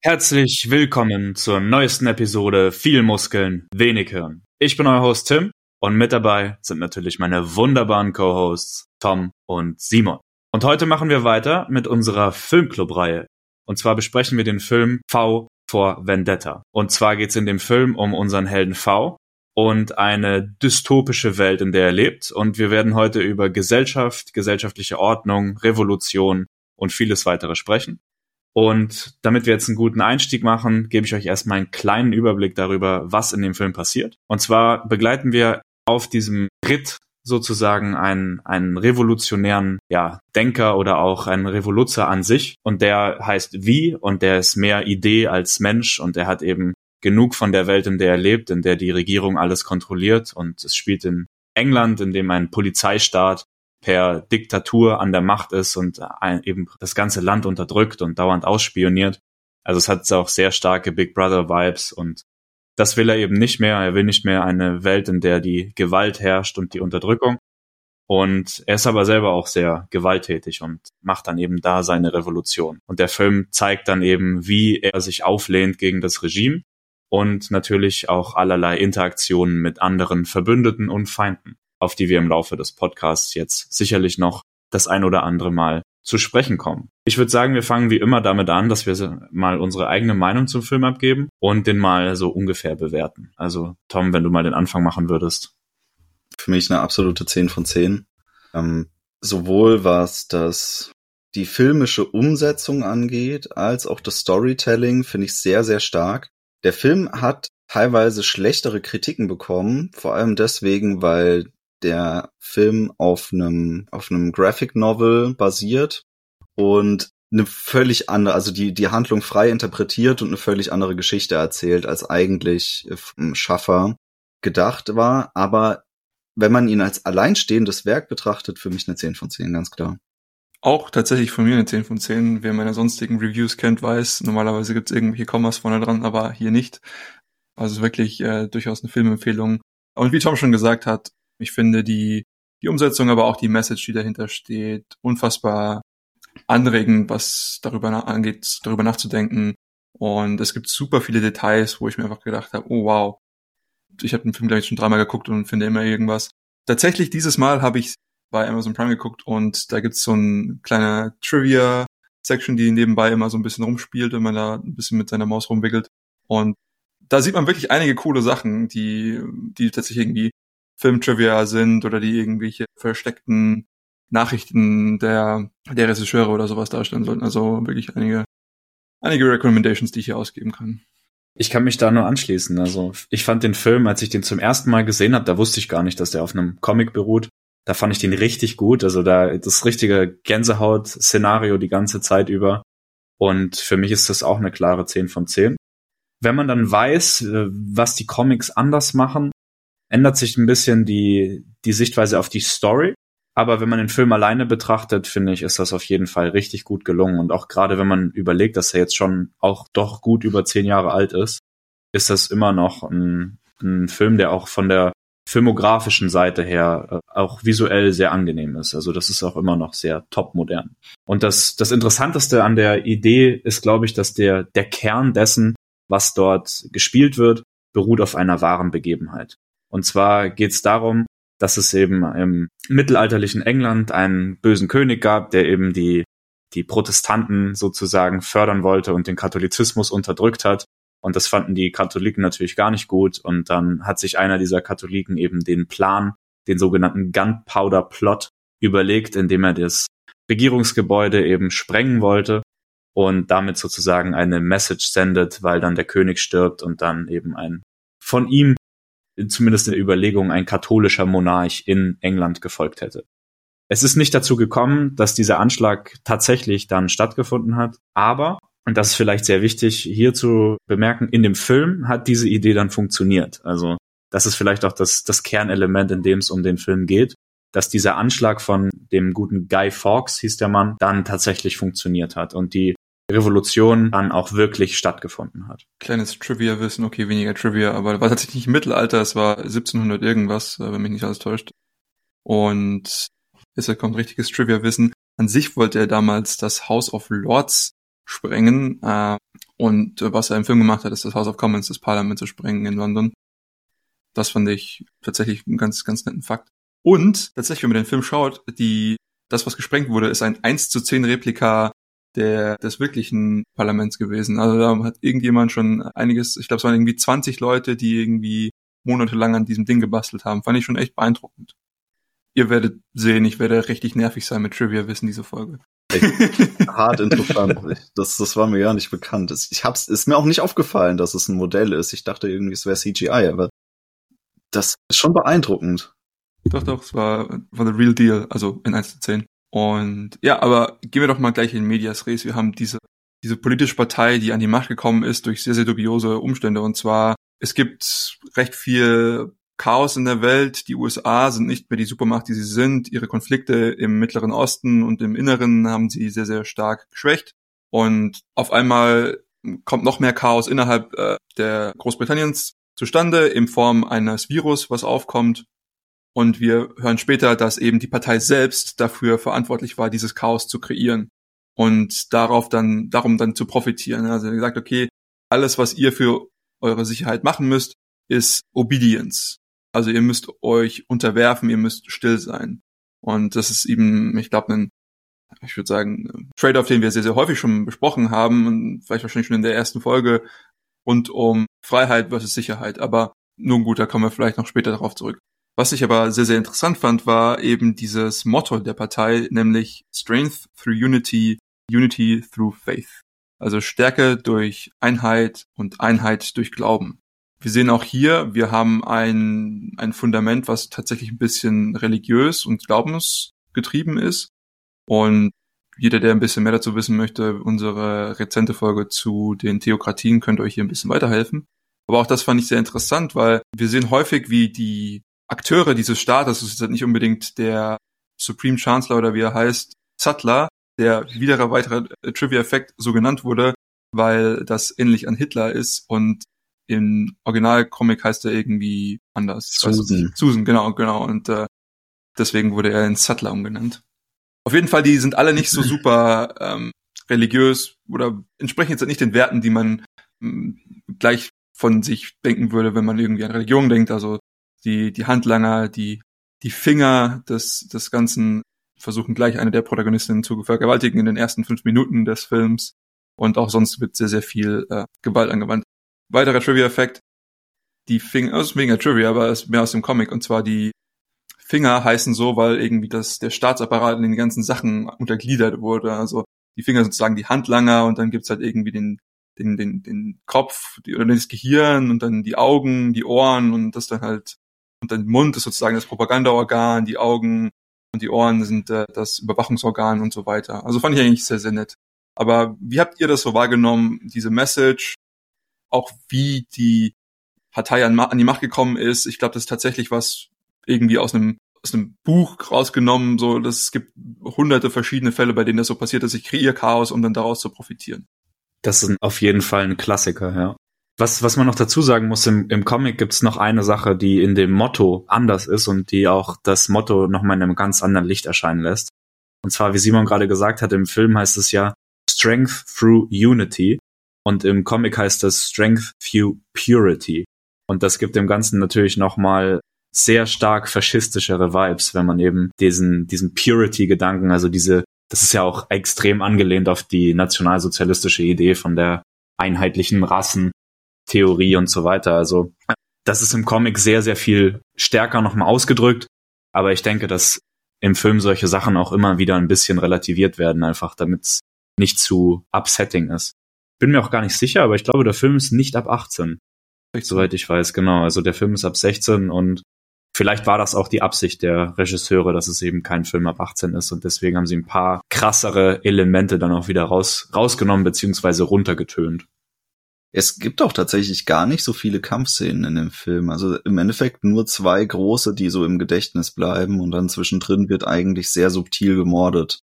Herzlich willkommen zur neuesten Episode Viel Muskeln, wenig Hirn. Ich bin euer Host Tim und mit dabei sind natürlich meine wunderbaren Co-Hosts Tom und Simon. Und heute machen wir weiter mit unserer Filmclub-Reihe. Und zwar besprechen wir den Film V for Vendetta. Und zwar geht es in dem Film um unseren Helden V und eine dystopische Welt, in der er lebt. Und wir werden heute über Gesellschaft, gesellschaftliche Ordnung, Revolution und vieles weitere sprechen. Und damit wir jetzt einen guten Einstieg machen, gebe ich euch erstmal einen kleinen Überblick darüber, was in dem Film passiert. Und zwar begleiten wir auf diesem Ritt sozusagen einen revolutionären Denker oder auch einen Revoluzer an sich. Und der heißt V und der ist mehr Idee als Mensch und er hat eben genug von der Welt, in der er lebt, in der die Regierung alles kontrolliert. Und es spielt in England, in dem ein Polizeistaat per Diktatur an der Macht ist und eben das ganze Land unterdrückt und dauernd ausspioniert. Also es hat auch sehr starke Big Brother Vibes und das will er eben nicht mehr. Er will nicht mehr eine Welt, in der die Gewalt herrscht und die Unterdrückung. Und er ist aber selber auch sehr gewalttätig und macht dann eben da seine Revolution. Und der Film zeigt dann eben, wie er sich auflehnt gegen das Regime und natürlich auch allerlei Interaktionen mit anderen Verbündeten und Feinden, auf die wir im Laufe des Podcasts jetzt sicherlich noch das ein oder andere Mal zu sprechen kommen. Ich würde sagen, wir fangen wie immer damit an, dass wir mal unsere eigene Meinung zum Film abgeben und den mal so ungefähr bewerten. Also Tom, wenn du mal den Anfang machen würdest. Für mich eine absolute 10 von 10. Sowohl was die filmische Umsetzung angeht, als auch das Storytelling finde ich sehr, sehr stark. Der Film hat teilweise schlechtere Kritiken bekommen, vor allem deswegen, weil der Film auf einem Graphic Novel basiert und eine völlig andere, also die Handlung frei interpretiert und eine völlig andere Geschichte erzählt, als eigentlich vom Schaffer gedacht war. Aber wenn man ihn als alleinstehendes Werk betrachtet, für mich eine 10 von 10, ganz klar. Auch tatsächlich von mir eine 10 von 10. Wer meine sonstigen Reviews kennt, weiß, normalerweise gibt es irgendwelche Kommas vorne dran, aber hier nicht. Also wirklich durchaus eine Filmempfehlung. Und wie Tom schon gesagt hat, ich finde die Umsetzung, aber auch die Message, die dahinter steht, unfassbar anregend, was darüber angeht, darüber nachzudenken. Und es gibt super viele Details, wo ich mir einfach gedacht habe, oh wow, ich habe den Film, glaube ich, schon 3-mal geguckt und finde immer irgendwas. Tatsächlich, dieses Mal habe ich bei Amazon Prime geguckt und da gibt's so ein kleiner Trivia-Section, die nebenbei immer so ein bisschen rumspielt, wenn man da ein bisschen mit seiner Maus rumwickelt. Und da sieht man wirklich einige coole Sachen, die tatsächlich irgendwie Film-Trivia sind oder die irgendwelche versteckten Nachrichten der Regisseure oder sowas darstellen sollten. Also wirklich einige Recommendations, die ich hier ausgeben kann. Ich kann mich da nur anschließen. Also ich fand den Film, als ich den zum ersten Mal gesehen habe, da wusste ich gar nicht, dass der auf einem Comic beruht. Da fand ich den richtig gut. Also da das richtige Gänsehaut-Szenario die ganze Zeit über. Und für mich ist das auch eine klare 10 von 10. Wenn man dann weiß, was die Comics anders machen, ändert sich ein bisschen die Sichtweise auf die Story. Aber wenn man den Film alleine betrachtet, finde ich, ist das auf jeden Fall richtig gut gelungen. Und auch gerade wenn man überlegt, dass er jetzt schon auch doch gut über 10 Jahre alt ist das immer noch ein Film, der auch von der filmografischen Seite her auch visuell sehr angenehm ist. Also das ist auch immer noch sehr topmodern. Und das Interessanteste an der Idee ist, glaube ich, dass der Kern dessen, was dort gespielt wird, beruht auf einer wahren Begebenheit. Und zwar geht es darum, dass es eben im mittelalterlichen England einen bösen König gab, der eben die Protestanten sozusagen fördern wollte und den Katholizismus unterdrückt hat. Und das fanden die Katholiken natürlich gar nicht gut. Und dann hat sich einer dieser Katholiken eben den Plan, den sogenannten Gunpowder Plot, überlegt, indem er das Regierungsgebäude eben sprengen wollte und damit sozusagen eine Message sendet, weil dann der König stirbt und dann eben ein von ihm, zumindest in der Überlegung, ein katholischer Monarch in England gefolgt hätte. Es ist nicht dazu gekommen, dass dieser Anschlag tatsächlich dann stattgefunden hat, aber, und das ist vielleicht sehr wichtig hier zu bemerken, in dem Film hat diese Idee dann funktioniert. Also das ist vielleicht auch das Kernelement, in dem es um den Film geht, dass dieser Anschlag von dem guten Guy Fawkes, hieß der Mann, dann tatsächlich funktioniert hat und die Revolution dann auch wirklich stattgefunden hat. Kleines Trivia-Wissen, okay, weniger Trivia, aber war tatsächlich nicht Mittelalter, es war 1700 irgendwas, wenn mich nicht alles täuscht. Und jetzt kommt richtiges Trivia-Wissen. An sich wollte er damals das House of Lords sprengen Und was er im Film gemacht hat, ist das House of Commons, das Parlament zu sprengen in London. Das fand ich tatsächlich einen ganz, ganz netten Fakt. Und tatsächlich, wenn man den Film schaut, das, was gesprengt wurde, ist ein 1:10 Replika des wirklichen Parlaments gewesen. Also da hat irgendjemand schon einiges, ich glaube, es waren irgendwie 20 Leute, die irgendwie monatelang an diesem Ding gebastelt haben. Fand ich schon echt beeindruckend. Ihr werdet sehen, ich werde richtig nervig sein mit Trivia-Wissen, diese Folge. Hart interessant. Das war mir gar nicht bekannt. Ist mir auch nicht aufgefallen, dass es ein Modell ist. Ich dachte irgendwie, es wäre CGI, aber das ist schon beeindruckend. Doch, es war the real deal, also in 1:10. Und ja, aber gehen wir doch mal gleich in Medias Res. Wir haben diese politische Partei, die an die Macht gekommen ist durch sehr, sehr dubiose Umstände. Und zwar, es gibt recht viel Chaos in der Welt. Die USA sind nicht mehr die Supermacht, die sie sind. Ihre Konflikte im Mittleren Osten und im Inneren haben sie sehr, sehr stark geschwächt. Und auf einmal kommt noch mehr Chaos innerhalb der Großbritanniens zustande in Form eines Virus, was aufkommt. Und wir hören später, dass eben die Partei selbst dafür verantwortlich war, dieses Chaos zu kreieren und darum dann zu profitieren. Also er hat gesagt, okay, alles, was ihr für eure Sicherheit machen müsst, ist Obedience. Also ihr müsst euch unterwerfen, ihr müsst still sein. Und das ist eben, ich glaube, ich würde sagen, Trade-off, den wir sehr, sehr häufig schon besprochen haben und vielleicht wahrscheinlich schon in der ersten Folge rund um Freiheit versus Sicherheit. Aber nun gut, da kommen wir vielleicht noch später darauf zurück. Was ich aber sehr, sehr interessant fand, war eben dieses Motto der Partei, nämlich Strength through Unity, Unity through Faith. Also Stärke durch Einheit und Einheit durch Glauben. Wir sehen auch hier, wir haben ein Fundament, was tatsächlich ein bisschen religiös und glaubensgetrieben ist. Und jeder, der ein bisschen mehr dazu wissen möchte, unsere rezente Folge zu den Theokratien könnte euch hier ein bisschen weiterhelfen. Aber auch das fand ich sehr interessant, weil wir sehen häufig, wie die Akteure dieses Staates, das ist halt nicht unbedingt der Supreme Chancellor oder wie er heißt, Sattler, der wieder ein weiterer Trivia-Effekt so genannt wurde, weil das ähnlich an Hitler ist und im Originalcomic heißt er irgendwie anders. Susan, genau. Und deswegen wurde er in Sattler umgenannt. Auf jeden Fall, die sind alle nicht so super religiös oder entsprechen jetzt nicht den Werten, die man gleich von sich denken würde, wenn man irgendwie an Religion denkt. Also die Handlanger, die Finger des Ganzen versuchen gleich eine der Protagonistinnen zu vergewaltigen in den ersten 5 Minuten des Films. Und auch sonst wird sehr, sehr viel Gewalt angewandt. Weiterer Trivia-Effekt. Die Finger, das ist mega Trivia, aber ist mehr aus dem Comic. Und zwar die Finger heißen so, weil irgendwie der Staatsapparat in den ganzen Sachen untergliedert wurde. Also die Finger sind sozusagen die Handlanger und dann gibt's halt irgendwie den Kopf oder das Gehirn und dann die Augen, die Ohren und das dann halt, und dann Mund ist sozusagen das Propagandaorgan, die Augen und die Ohren sind das Überwachungsorgan und so weiter. Also fand ich eigentlich sehr, sehr nett. Aber wie habt ihr das so wahrgenommen, diese Message, auch wie die Partei an die Macht gekommen ist? Ich glaube, das ist tatsächlich was irgendwie aus einem Buch rausgenommen, so, es gibt hunderte verschiedene Fälle, bei denen das so passiert ist. Ich kreiere Chaos, um dann daraus zu profitieren. Das ist auf jeden Fall ein Klassiker, ja. Was man noch dazu sagen muss, im Comic gibt's noch eine Sache, die in dem Motto anders ist und die auch das Motto nochmal in einem ganz anderen Licht erscheinen lässt. Und zwar, wie Simon gerade gesagt hat, im Film heißt es ja Strength through Unity und im Comic heißt es Strength through Purity. Und das gibt dem Ganzen natürlich nochmal sehr stark faschistischere Vibes, wenn man eben diesen Purity-Gedanken, also das ist ja auch extrem angelehnt auf die nationalsozialistische Idee von der einheitlichen Rassentheorie und so weiter. Also das ist im Comic sehr, sehr viel stärker nochmal ausgedrückt, aber ich denke, dass im Film solche Sachen auch immer wieder ein bisschen relativiert werden, einfach damit es nicht zu upsetting ist. Bin mir auch gar nicht sicher, aber ich glaube, der Film ist nicht ab 18. Soweit ich weiß, genau. Also der Film ist ab 16 und vielleicht war das auch die Absicht der Regisseure, dass es eben kein Film ab 18 ist und deswegen haben sie ein paar krassere Elemente dann auch wieder rausgenommen beziehungsweise runtergetönt. Es gibt auch tatsächlich gar nicht so viele Kampfszenen in dem Film. Also im Endeffekt nur 2 große, die so im Gedächtnis bleiben und dann zwischendrin wird eigentlich sehr subtil gemordet.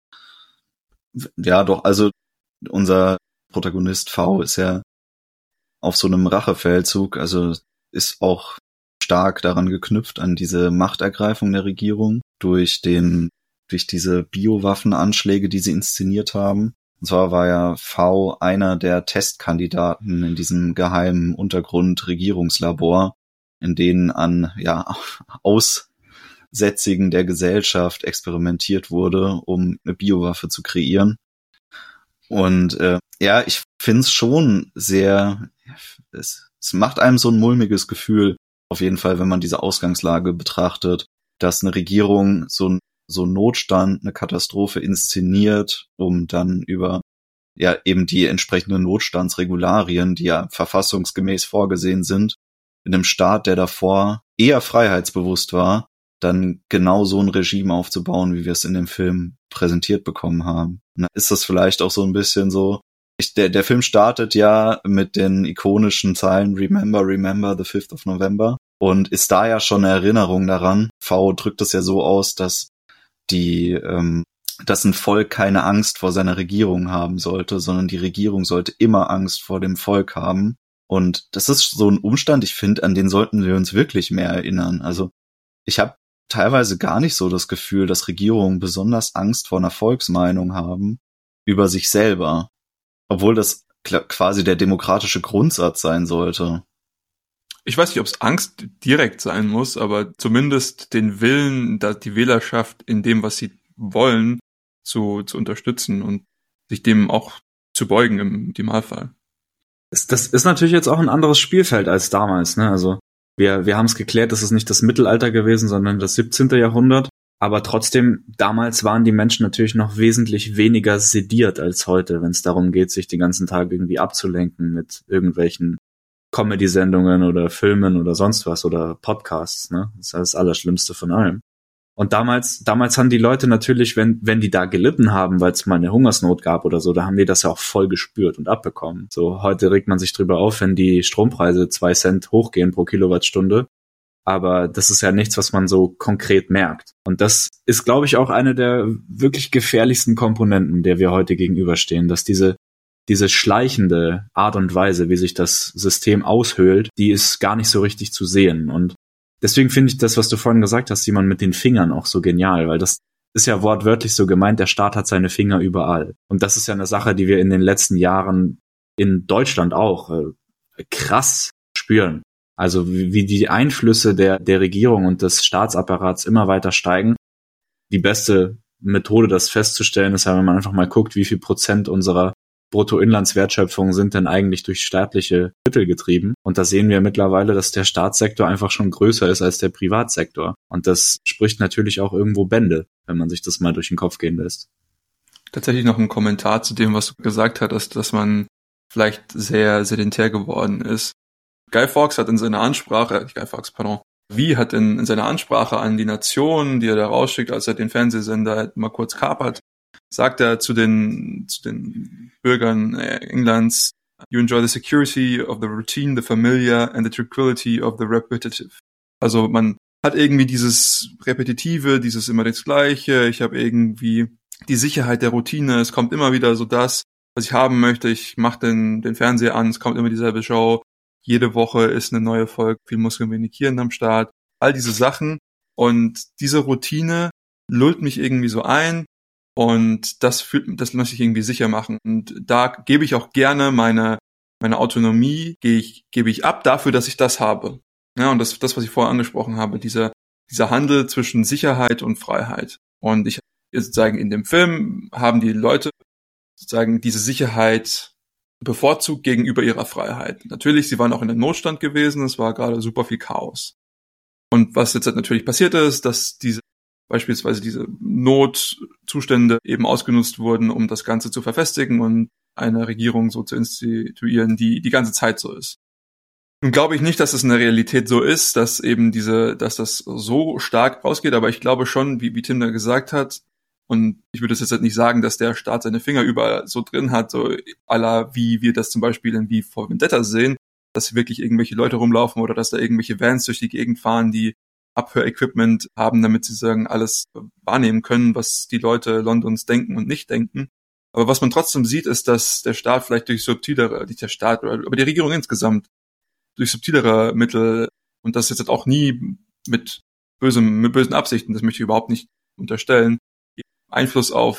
Ja, doch, also unser Protagonist V ist ja auf so einem Rachefeldzug, also ist auch stark daran geknüpft an diese Machtergreifung der Regierung durch diese Biowaffenanschläge, die sie inszeniert haben. Und zwar war ja V einer der Testkandidaten in diesem geheimen Untergrund-Regierungslabor, in denen an Aussätzigen der Gesellschaft experimentiert wurde, um eine Biowaffe zu kreieren. Und ich finde es schon sehr, es macht einem so ein mulmiges Gefühl, auf jeden Fall, wenn man diese Ausgangslage betrachtet, dass eine Regierung so einen Notstand, eine Katastrophe inszeniert, um dann über eben die entsprechenden Notstandsregularien, die ja verfassungsgemäß vorgesehen sind, in einem Staat, der davor eher freiheitsbewusst war, dann genau so ein Regime aufzubauen, wie wir es in dem Film präsentiert bekommen haben. Und dann ist das vielleicht auch so ein bisschen so, der Film startet ja mit den ikonischen Zeilen Remember, remember the 5th of November und ist da ja schon eine Erinnerung daran. V drückt es ja so aus, dass dass ein Volk keine Angst vor seiner Regierung haben sollte, sondern die Regierung sollte immer Angst vor dem Volk haben. Und das ist so ein Umstand, ich finde, an den sollten wir uns wirklich mehr erinnern. Also ich habe teilweise gar nicht so das Gefühl, dass Regierungen besonders Angst vor einer Volksmeinung haben über sich selber, obwohl das quasi der demokratische Grundsatz sein sollte. Ich weiß nicht, ob es Angst direkt sein muss, aber zumindest den Willen, die Wählerschaft in dem, was sie wollen, zu unterstützen und sich dem auch zu beugen im Optimalfall. Das ist natürlich jetzt auch ein anderes Spielfeld als damals, ne? Also wir haben es geklärt, das ist nicht das Mittelalter gewesen, sondern das 17. Jahrhundert. Aber trotzdem, damals waren die Menschen natürlich noch wesentlich weniger sediert als heute, wenn es darum geht, sich den ganzen Tag irgendwie abzulenken mit irgendwelchen Comedy-Sendungen oder Filmen oder sonst was oder Podcasts, ne? Das ist das Allerschlimmste von allem. Und damals haben die Leute natürlich, wenn die da gelitten haben, weil es mal eine Hungersnot gab oder so, da haben die das ja auch voll gespürt und abbekommen. So, heute regt man sich drüber auf, wenn die Strompreise 2 Cent hochgehen pro Kilowattstunde. Aber das ist ja nichts, was man so konkret merkt. Und das ist, glaube ich, auch eine der wirklich gefährlichsten Komponenten, der wir heute gegenüberstehen, dass diese schleichende Art und Weise, wie sich das System aushöhlt, die ist gar nicht so richtig zu sehen. Und deswegen finde ich das, was du vorhin gesagt hast, Simon, mit den Fingern auch so genial, weil das ist ja wortwörtlich so gemeint, der Staat hat seine Finger überall. Und das ist ja eine Sache, die wir in den letzten Jahren in Deutschland auch krass spüren. Also wie die Einflüsse der Regierung und des Staatsapparats immer weiter steigen. Die beste Methode, das festzustellen, ist ja, wenn man einfach mal guckt, wie viel Prozent unserer Bruttoinlandswertschöpfung sind denn eigentlich durch staatliche Mittel getrieben. Und da sehen wir mittlerweile, dass der Staatssektor einfach schon größer ist als der Privatsektor. Und das spricht natürlich auch irgendwo Bände, wenn man sich das mal durch den Kopf gehen lässt. Tatsächlich noch ein Kommentar zu dem, was du gesagt hattest, dass man vielleicht sehr sedentär geworden ist. Guy Fawkes hat in seiner Ansprache, hat in seiner Ansprache an die Nation, die er da rausschickt, als er den Fernsehsender mal kurz kapert, sagt er zu den Bürgern Englands, you enjoy the security of the routine, the familiar and the tranquility of the repetitive. Also man hat irgendwie dieses Repetitive, dieses immer das Gleiche, ich habe irgendwie die Sicherheit der Routine, es kommt immer wieder so das, was ich haben möchte, ich mache den Fernseher an, es kommt immer dieselbe Show, jede Woche ist eine neue Folge, viel Muskeln wenig Hirn am Start, all diese Sachen und diese Routine lullt mich irgendwie so ein. Und das möchte ich irgendwie sicher machen. Und da gebe ich auch gerne meine Autonomie, gebe ich ab dafür, dass ich das habe. Ja, und das, was ich vorher angesprochen habe, dieser Handel zwischen Sicherheit und Freiheit. Und ich sozusagen in dem Film haben die Leute sozusagen diese Sicherheit bevorzugt gegenüber ihrer Freiheit. Natürlich, sie waren auch in einem Notstand gewesen, es war gerade super viel Chaos. Und was jetzt natürlich passiert ist, dass beispielsweise diese Notzustände eben ausgenutzt wurden, um das Ganze zu verfestigen und eine Regierung so zu instituieren, die ganze Zeit so ist. Nun glaube ich nicht, dass es in der Realität so ist, dass das so stark rausgeht, aber ich glaube schon, wie Tim da gesagt hat, und ich würde jetzt nicht sagen, dass der Staat seine Finger überall so drin hat, so à la wie wir das zum Beispiel in V for Vendetta sehen, dass wirklich irgendwelche Leute rumlaufen oder dass da irgendwelche Vans durch die Gegend fahren, die Abhörequipment haben, damit sie sagen, alles wahrnehmen können, was die Leute Londons denken und nicht denken. Aber was man trotzdem sieht, ist, dass der Staat vielleicht durch subtilere, nicht der Staat, aber die Regierung insgesamt, durch subtilere Mittel, und das jetzt auch nie mit bösen Absichten, das möchte ich überhaupt nicht unterstellen, Einfluss auf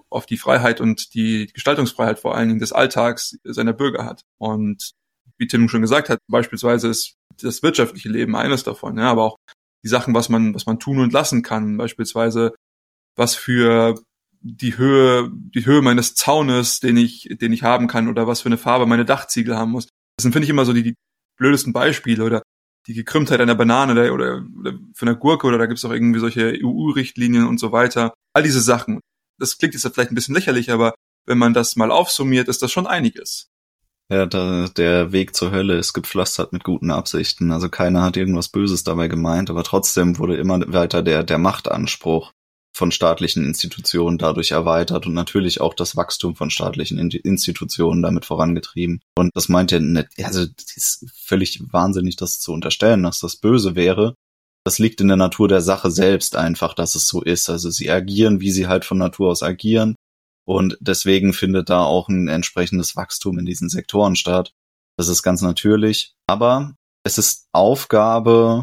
auf die Freiheit und die Gestaltungsfreiheit vor allen Dingen des Alltags seiner Bürger hat. Und wie Tim schon gesagt hat, beispielsweise ist das wirtschaftliche Leben eines davon, ja, aber auch die Sachen, was man tun und lassen kann, beispielsweise was für die Höhe meines Zaunes, den ich haben kann, oder was für eine Farbe meine Dachziegel haben muss. Das sind, finde ich, immer so die blödesten Beispiele, oder die Gekrümmtheit einer Banane oder für eine Gurke, oder da gibt's auch irgendwie solche EU-Richtlinien und so weiter. All diese Sachen. Das klingt jetzt vielleicht ein bisschen lächerlich, aber wenn man das mal aufsummiert, ist das schon einiges. Ja, der Weg zur Hölle ist gepflastert mit guten Absichten. Also keiner hat irgendwas Böses dabei gemeint, aber trotzdem wurde immer weiter der Machtanspruch von staatlichen Institutionen dadurch erweitert und natürlich auch das Wachstum von staatlichen Institutionen damit vorangetrieben. Und das meint ja nicht, also das ist völlig wahnsinnig, das zu unterstellen, dass das böse wäre. Das liegt in der Natur der Sache selbst einfach, dass es so ist. Also sie agieren, wie sie halt von Natur aus agieren. Und deswegen findet da auch ein entsprechendes Wachstum in diesen Sektoren statt. Das ist ganz natürlich. Aber es ist Aufgabe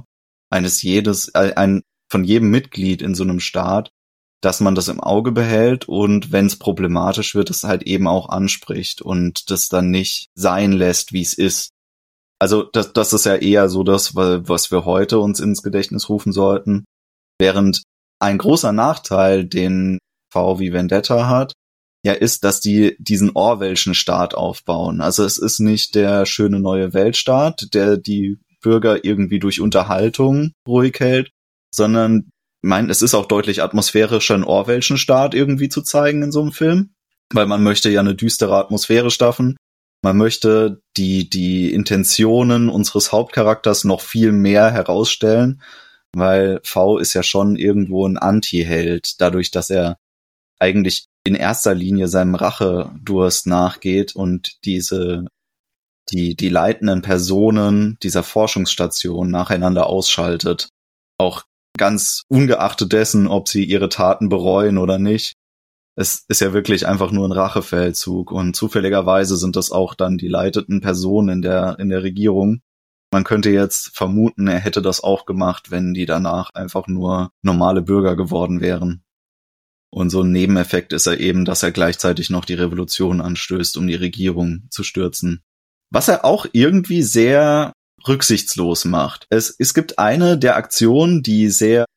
von jedem Mitglied in so einem Staat, dass man das im Auge behält und wenn es problematisch wird, es halt eben auch anspricht und das dann nicht sein lässt, wie es ist. Also das ist ja eher so das, was wir heute uns ins Gedächtnis rufen sollten. Während ein großer Nachteil, den V wie Vendetta hat, ja, ist, dass die diesen Orwellschen Staat aufbauen. Also es ist nicht der schöne neue Weltstaat, der die Bürger irgendwie durch Unterhaltung ruhig hält, sondern es ist auch deutlich atmosphärischer, einen Orwellschen Staat irgendwie zu zeigen in so einem Film, weil man möchte ja eine düstere Atmosphäre schaffen. Man möchte die Intentionen unseres Hauptcharakters noch viel mehr herausstellen, weil V ist ja schon irgendwo ein Anti-Held, dadurch, dass er eigentlich in erster Linie seinem Rachedurst nachgeht und die leitenden Personen dieser Forschungsstation nacheinander ausschaltet. Auch ganz ungeachtet dessen, ob sie ihre Taten bereuen oder nicht. Es ist ja wirklich einfach nur ein Rachefeldzug und zufälligerweise sind das auch dann die leitenden Personen in der Regierung. Man könnte jetzt vermuten, er hätte das auch gemacht, wenn die danach einfach nur normale Bürger geworden wären. Und so ein Nebeneffekt ist er eben, dass er gleichzeitig noch die Revolution anstößt, um die Regierung zu stürzen. Was er auch irgendwie sehr rücksichtslos macht. Es gibt eine der Aktionen, die sehr,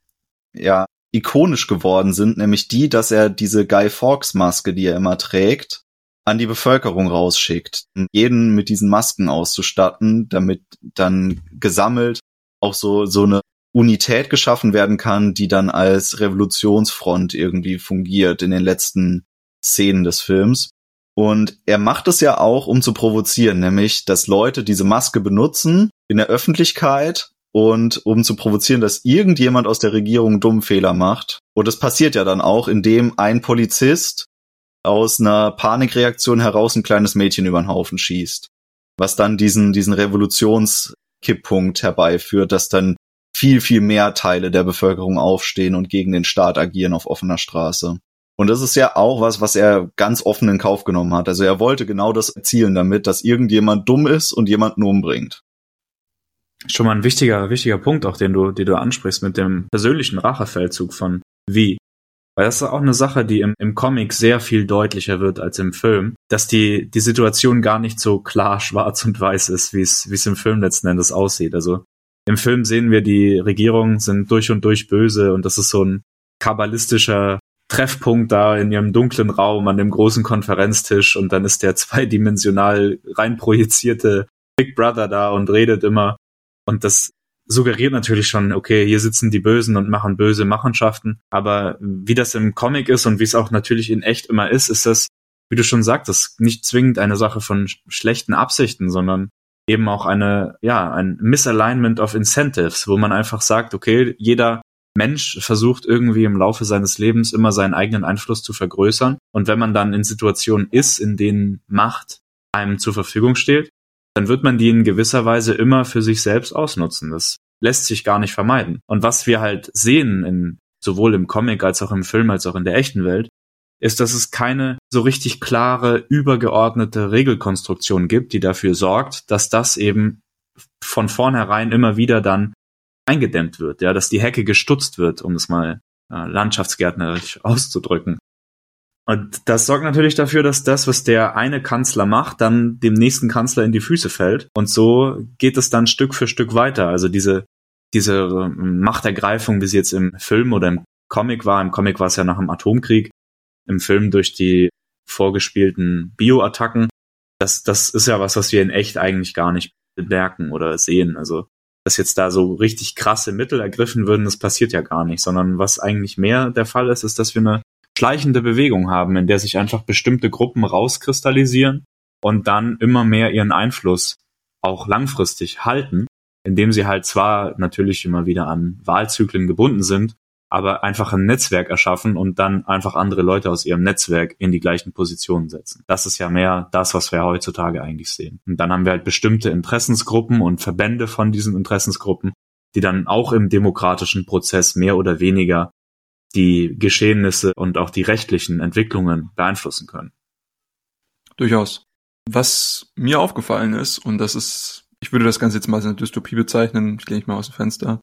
ikonisch geworden sind, nämlich die, dass er diese Guy Fawkes Maske, die er immer trägt, an die Bevölkerung rausschickt. Jeden mit diesen Masken auszustatten, damit dann gesammelt auch so eine Unität geschaffen werden kann, die dann als Revolutionsfront irgendwie fungiert in den letzten Szenen des Films. Und er macht es ja auch, um zu provozieren, nämlich, dass Leute diese Maske benutzen in der Öffentlichkeit und um zu provozieren, dass irgendjemand aus der Regierung einen dummen Fehler macht. Und das passiert ja dann auch, indem ein Polizist aus einer Panikreaktion heraus ein kleines Mädchen über den Haufen schießt. Was dann diesen Revolutionskipppunkt herbeiführt, dass dann viel, viel mehr Teile der Bevölkerung aufstehen und gegen den Staat agieren auf offener Straße. Und das ist ja auch was er ganz offen in Kauf genommen hat. Also er wollte genau das erzielen damit, dass irgendjemand dumm ist und jemanden umbringt. Schon mal ein wichtiger Punkt auch, den du ansprichst mit dem persönlichen Rachefeldzug von V. Weil das ist auch eine Sache, die im Comic sehr viel deutlicher wird als im Film, dass die Situation gar nicht so klar schwarz und weiß ist, wie es im Film letzten Endes aussieht. Also im Film sehen wir, die Regierungen sind durch und durch böse und das ist so ein kabbalistischer Treffpunkt da in ihrem dunklen Raum an dem großen Konferenztisch und dann ist der zweidimensional reinprojizierte Big Brother da und redet immer und das suggeriert natürlich schon, okay, hier sitzen die Bösen und machen böse Machenschaften, aber wie das im Comic ist und wie es auch natürlich in echt immer ist das, wie du schon sagtest, nicht zwingend eine Sache von schlechten Absichten, sondern eben auch ein Misalignment of Incentives, wo man einfach sagt, okay, jeder Mensch versucht irgendwie im Laufe seines Lebens immer seinen eigenen Einfluss zu vergrößern. Und wenn man dann in Situationen ist, in denen Macht einem zur Verfügung steht, dann wird man die in gewisser Weise immer für sich selbst ausnutzen. Das lässt sich gar nicht vermeiden. Und was wir halt sehen, sowohl im Comic als auch im Film, als auch in der echten Welt, ist, dass es keine so richtig klare, übergeordnete Regelkonstruktion gibt, die dafür sorgt, dass das eben von vornherein immer wieder dann eingedämmt wird, ja, dass die Hecke gestutzt wird, um es mal landschaftsgärtnerisch auszudrücken. Und das sorgt natürlich dafür, dass das, was der eine Kanzler macht, dann dem nächsten Kanzler in die Füße fällt. Und so geht es dann Stück für Stück weiter. Also diese Machtergreifung, wie sie jetzt im Film oder im Comic war es ja nach dem Atomkrieg, im Film durch die vorgespielten Bioattacken, das ist ja was wir in echt eigentlich gar nicht bemerken oder sehen. Also, dass jetzt da so richtig krasse Mittel ergriffen würden, das passiert ja gar nicht, sondern was eigentlich mehr der Fall ist, dass wir eine schleichende Bewegung haben, in der sich einfach bestimmte Gruppen rauskristallisieren und dann immer mehr ihren Einfluss auch langfristig halten, indem sie halt zwar natürlich immer wieder an Wahlzyklen gebunden sind, aber einfach ein Netzwerk erschaffen und dann einfach andere Leute aus ihrem Netzwerk in die gleichen Positionen setzen. Das ist ja mehr das, was wir heutzutage eigentlich sehen. Und dann haben wir halt bestimmte Interessensgruppen und Verbände von diesen Interessensgruppen, die dann auch im demokratischen Prozess mehr oder weniger die Geschehnisse und auch die rechtlichen Entwicklungen beeinflussen können. Durchaus. Was mir aufgefallen ist, und das ist, ich würde das Ganze jetzt mal als eine Dystopie bezeichnen, ich lehne mich mal aus dem Fenster,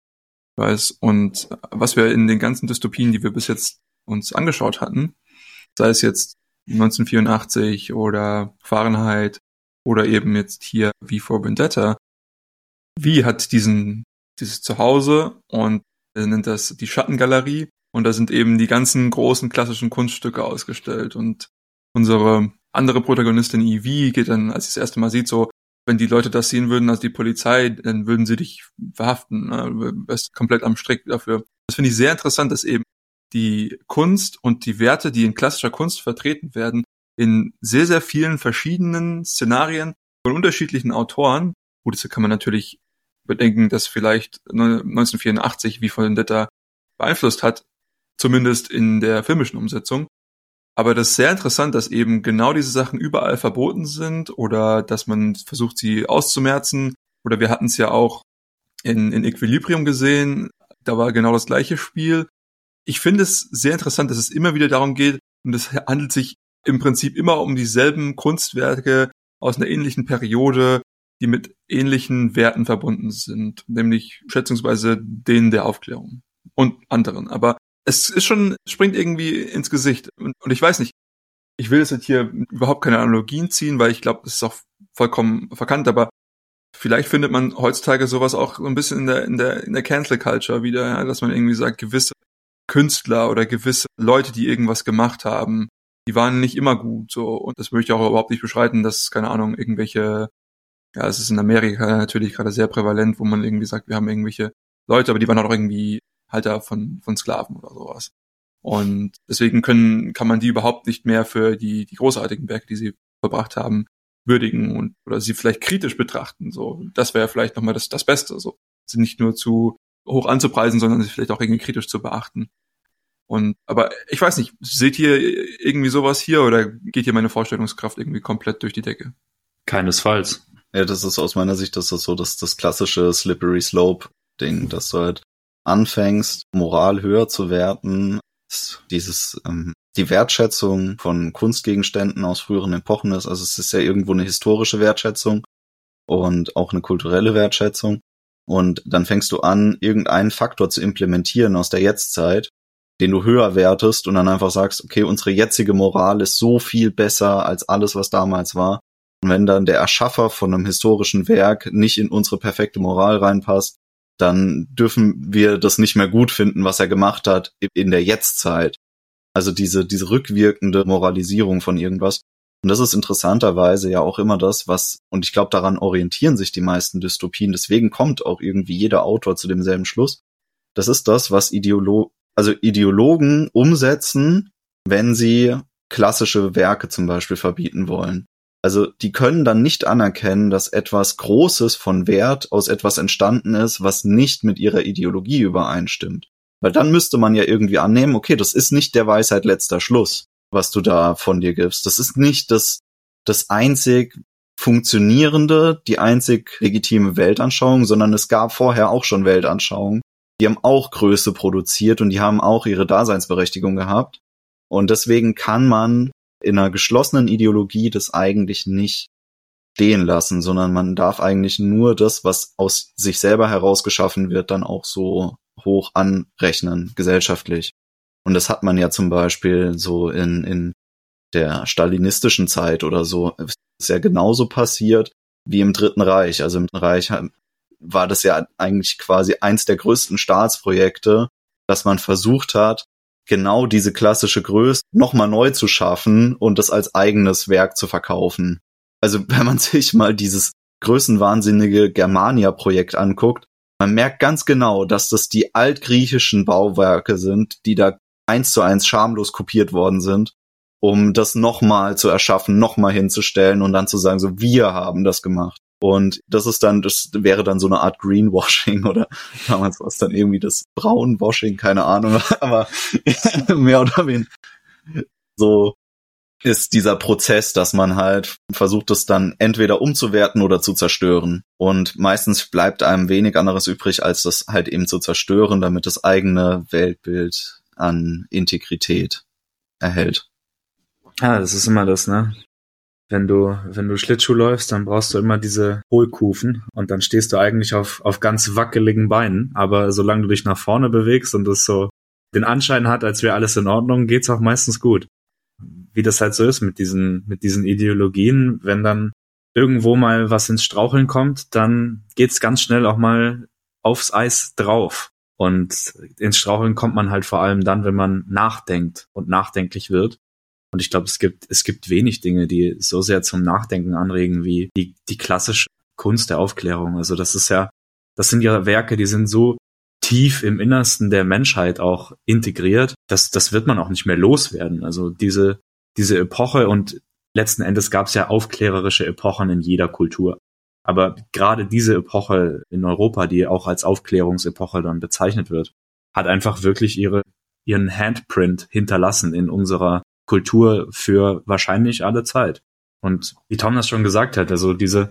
und was wir in den ganzen Dystopien, die wir bis jetzt uns angeschaut hatten, sei es jetzt 1984 oder Fahrenheit oder eben jetzt hier V for Vendetta, wie hat dieses Zuhause und er nennt das die Schattengalerie und da sind eben die ganzen großen klassischen Kunststücke ausgestellt und unsere andere Protagonistin Evie geht dann, als sie das erste Mal sieht, so, wenn die Leute das sehen würden, also die Polizei, dann würden sie dich verhaften. Du wärst komplett am Strick dafür. Das finde ich sehr interessant, dass eben die Kunst und die Werte, die in klassischer Kunst vertreten werden, in sehr, sehr vielen verschiedenen Szenarien von unterschiedlichen Autoren. Gut, das kann man natürlich bedenken, dass vielleicht 1984 wie von Vendetta beeinflusst hat, zumindest in der filmischen Umsetzung. Aber das ist sehr interessant, dass eben genau diese Sachen überall verboten sind oder dass man versucht, sie auszumerzen. Oder wir hatten es ja auch in Equilibrium gesehen, da war genau das gleiche Spiel. Ich finde es sehr interessant, dass es immer wieder darum geht und es handelt sich im Prinzip immer um dieselben Kunstwerke aus einer ähnlichen Periode, die mit ähnlichen Werten verbunden sind, nämlich schätzungsweise denen der Aufklärung und anderen. Aber es ist schon, springt irgendwie ins Gesicht. Und ich weiß nicht, ich will jetzt hier überhaupt keine Analogien ziehen, weil ich glaube, das ist auch vollkommen verkannt, aber vielleicht findet man heutzutage sowas auch so ein bisschen in der Cancel Culture wieder, ja, dass man irgendwie sagt, gewisse Künstler oder gewisse Leute, die irgendwas gemacht haben, die waren nicht immer gut, so. Und das möchte ich auch überhaupt nicht beschreiten, dass, keine Ahnung, irgendwelche, ja, es ist in Amerika natürlich gerade sehr prävalent, wo man irgendwie sagt, wir haben irgendwelche Leute, aber die waren auch irgendwie Halter von Sklaven oder sowas. Und deswegen kann man die überhaupt nicht mehr für die großartigen Werke, die sie verbracht haben, würdigen oder sie vielleicht kritisch betrachten. So, das wäre vielleicht nochmal das Beste. So, sie nicht nur zu hoch anzupreisen, sondern sie vielleicht auch irgendwie kritisch zu beachten. Aber ich weiß nicht, seht ihr irgendwie sowas hier oder geht hier meine Vorstellungskraft irgendwie komplett durch die Decke? Keinesfalls. Ja, das ist aus meiner Sicht, das ist so das klassische Slippery Slope Ding, dass du halt anfängst, Moral höher zu werten, die Wertschätzung von Kunstgegenständen aus früheren Epochen ist. Also es ist ja irgendwo eine historische Wertschätzung und auch eine kulturelle Wertschätzung. Und dann fängst du an, irgendeinen Faktor zu implementieren aus der Jetztzeit, den du höher wertest und dann einfach sagst, okay, unsere jetzige Moral ist so viel besser als alles, was damals war. Und wenn dann der Erschaffer von einem historischen Werk nicht in unsere perfekte Moral reinpasst, dann dürfen wir das nicht mehr gut finden, was er gemacht hat in der Jetztzeit. Also diese rückwirkende Moralisierung von irgendwas. Und das ist interessanterweise ja auch immer das, und ich glaube, daran orientieren sich die meisten Dystopien, deswegen kommt auch irgendwie jeder Autor zu demselben Schluss. Das ist das, was Ideologen umsetzen, wenn sie klassische Werke zum Beispiel verbieten wollen. Also die können dann nicht anerkennen, dass etwas Großes von Wert aus etwas entstanden ist, was nicht mit ihrer Ideologie übereinstimmt. Weil dann müsste man ja irgendwie annehmen, okay, das ist nicht der Weisheit letzter Schluss, was du da von dir gibst. Das ist nicht das einzig funktionierende, die einzig legitime Weltanschauung, sondern es gab vorher auch schon Weltanschauungen. Die haben auch Größe produziert und die haben auch ihre Daseinsberechtigung gehabt. Und deswegen kann man in einer geschlossenen Ideologie das eigentlich nicht stehen lassen, sondern man darf eigentlich nur das, was aus sich selber herausgeschaffen wird, dann auch so hoch anrechnen, gesellschaftlich. Und das hat man ja zum Beispiel so in der stalinistischen Zeit oder so ist ja genauso passiert wie im Dritten Reich. Also im Dritten Reich war das ja eigentlich quasi eins der größten Staatsprojekte, dass man versucht hat, genau diese klassische Größe nochmal neu zu schaffen und das als eigenes Werk zu verkaufen. Also wenn man sich mal dieses größenwahnsinnige Germania-Projekt anguckt, man merkt ganz genau, dass das die altgriechischen Bauwerke sind, die da 1:1 schamlos kopiert worden sind, um das nochmal zu erschaffen, nochmal hinzustellen und dann zu sagen, so, wir haben das gemacht. Und das wäre dann so eine Art Greenwashing oder damals war es dann irgendwie das Braunwashing, keine Ahnung, aber mehr oder weniger so ist dieser Prozess, dass man halt versucht, es dann entweder umzuwerten oder zu zerstören. Und meistens bleibt einem wenig anderes übrig, als das halt eben zu zerstören, damit das eigene Weltbild an Integrität erhält. Ja, das ist immer das, ne? Wenn du Schlittschuh läufst, dann brauchst du immer diese Hohlkufen und dann stehst du eigentlich auf ganz wackeligen Beinen. Aber solange du dich nach vorne bewegst und es so den Anschein hat, als wäre alles in Ordnung, geht's auch meistens gut. Wie das halt so ist mit diesen Ideologien, wenn dann irgendwo mal was ins Straucheln kommt, dann geht's ganz schnell auch mal aufs Eis drauf. Und ins Straucheln kommt man halt vor allem dann, wenn man nachdenkt und nachdenklich wird. Und ich glaube, es gibt wenig Dinge, die so sehr zum Nachdenken anregen wie die klassische Kunst der Aufklärung. Also das sind ja Werke, die sind so tief im Innersten der Menschheit auch integriert, das wird man auch nicht mehr loswerden. Also diese Epoche, und letzten Endes gab es ja aufklärerische Epochen in jeder Kultur. Aber gerade diese Epoche in Europa, die auch als Aufklärungsepoche dann bezeichnet wird, hat einfach wirklich ihren Handprint hinterlassen in unserer Kultur für wahrscheinlich alle Zeit. Und wie Tom das schon gesagt hat, also diese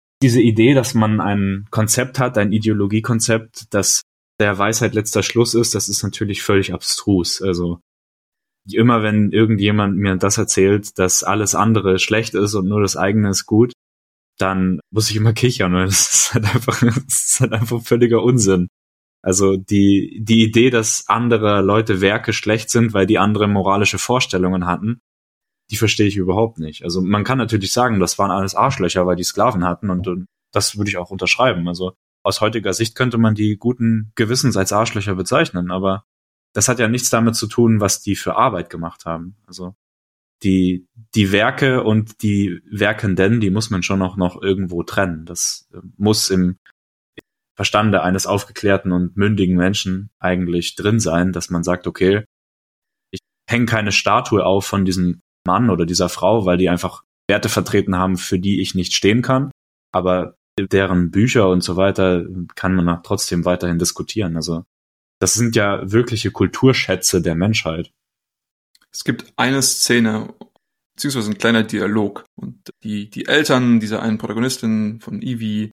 Idee, dass man ein Konzept hat, ein Ideologiekonzept, das der Weisheit letzter Schluss ist, das ist natürlich völlig abstrus. Also immer wenn irgendjemand mir das erzählt, dass alles andere schlecht ist und nur das eigene ist gut, dann muss ich immer kichern. Das ist halt einfach völliger Unsinn. Also die Idee, dass andere Leute Werke schlecht sind, weil die andere moralische Vorstellungen hatten, die verstehe ich überhaupt nicht. Also man kann natürlich sagen, das waren alles Arschlöcher, weil die Sklaven hatten, und das würde ich auch unterschreiben. Also aus heutiger Sicht könnte man die guten Gewissens als Arschlöcher bezeichnen, aber das hat ja nichts damit zu tun, was die für Arbeit gemacht haben. Also die Werke und die Werkenden, die muss man schon noch irgendwo trennen. Das muss im Verstande eines aufgeklärten und mündigen Menschen eigentlich drin sein, dass man sagt, okay, ich hänge keine Statue auf von diesem Mann oder dieser Frau, weil die einfach Werte vertreten haben, für die ich nicht stehen kann, aber deren Bücher und so weiter kann man auch trotzdem weiterhin diskutieren. Also das sind ja wirkliche Kulturschätze der Menschheit. Es gibt eine Szene, beziehungsweise ein kleiner Dialog, und die Eltern dieser einen Protagonistin von Evie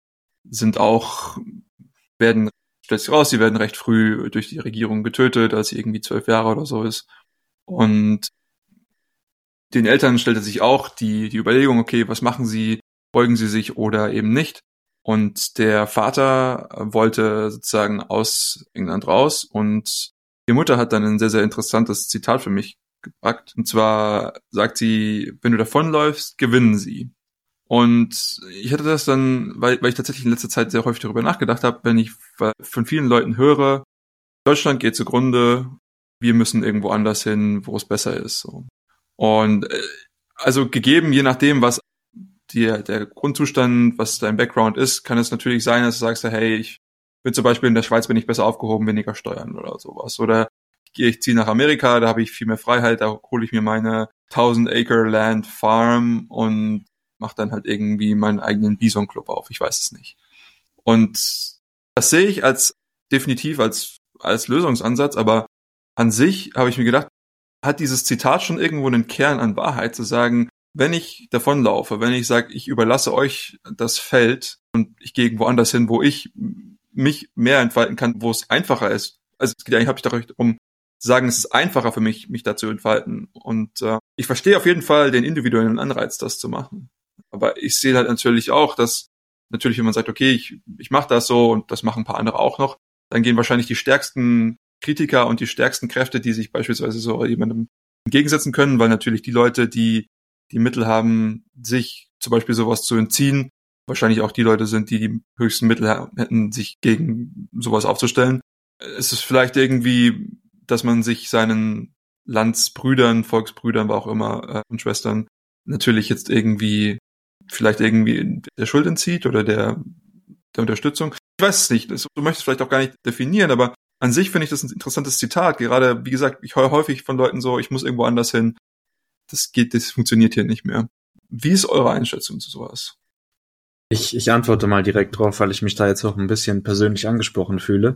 stellt sich raus, sie werden recht früh durch die Regierung getötet, als sie irgendwie 12 Jahre oder so ist. Und den Eltern stellte sich auch die Überlegung, okay, was machen sie? Beugen sie sich oder eben nicht? Und der Vater wollte sozusagen aus England raus, und die Mutter hat dann ein sehr, sehr interessantes Zitat für mich gepackt. Und zwar sagt sie, wenn du davonläufst, gewinnen sie. Und ich hatte das dann, weil ich tatsächlich in letzter Zeit sehr häufig darüber nachgedacht habe, wenn ich von vielen Leuten höre, Deutschland geht zugrunde, wir müssen irgendwo anders hin, wo es besser ist. So. Und also gegeben, je nachdem, was der Grundzustand, was dein Background ist, kann es natürlich sein, dass du sagst, hey, ich bin zum Beispiel in der Schweiz, bin ich besser aufgehoben, weniger Steuern oder sowas. Oder ich ziehe nach Amerika, da habe ich viel mehr Freiheit, da hole ich mir meine 1000 Acre Land Farm und mache dann halt irgendwie meinen eigenen Bison-Club auf. Ich weiß es nicht. Und das sehe ich definitiv als Lösungsansatz, aber an sich habe ich mir gedacht, hat dieses Zitat schon irgendwo einen Kern an Wahrheit, zu sagen, wenn ich davonlaufe, wenn ich sage, ich überlasse euch das Feld und ich gehe woanders hin, wo ich mich mehr entfalten kann, wo es einfacher ist. Also es geht eigentlich hauptsächlich darum, zu sagen, es ist einfacher für mich da zu entfalten. Und ich verstehe auf jeden Fall den individuellen Anreiz, das zu machen. Aber ich sehe halt natürlich auch, dass natürlich, wenn man sagt, okay, ich mache das so und das machen ein paar andere auch noch, dann gehen wahrscheinlich die stärksten Kritiker und die stärksten Kräfte, die sich beispielsweise so jemandem entgegensetzen können, weil natürlich die Leute, die die Mittel haben, sich zum Beispiel sowas zu entziehen, wahrscheinlich auch die Leute sind, die die höchsten Mittel hätten, sich gegen sowas aufzustellen. Es ist vielleicht irgendwie, dass man sich seinen Landsbrüdern, Volksbrüdern, war auch immer, und Schwestern natürlich jetzt vielleicht irgendwie der Schuld entzieht oder der Unterstützung. Ich weiß es nicht, du möchtest es vielleicht auch gar nicht definieren, aber an sich finde ich das ein interessantes Zitat. Gerade, wie gesagt, ich höre häufig von Leuten so, ich muss irgendwo anders hin. Das funktioniert hier nicht mehr. Wie ist eure Einschätzung zu sowas? Ich antworte mal direkt drauf, weil ich mich da jetzt auch ein bisschen persönlich angesprochen fühle.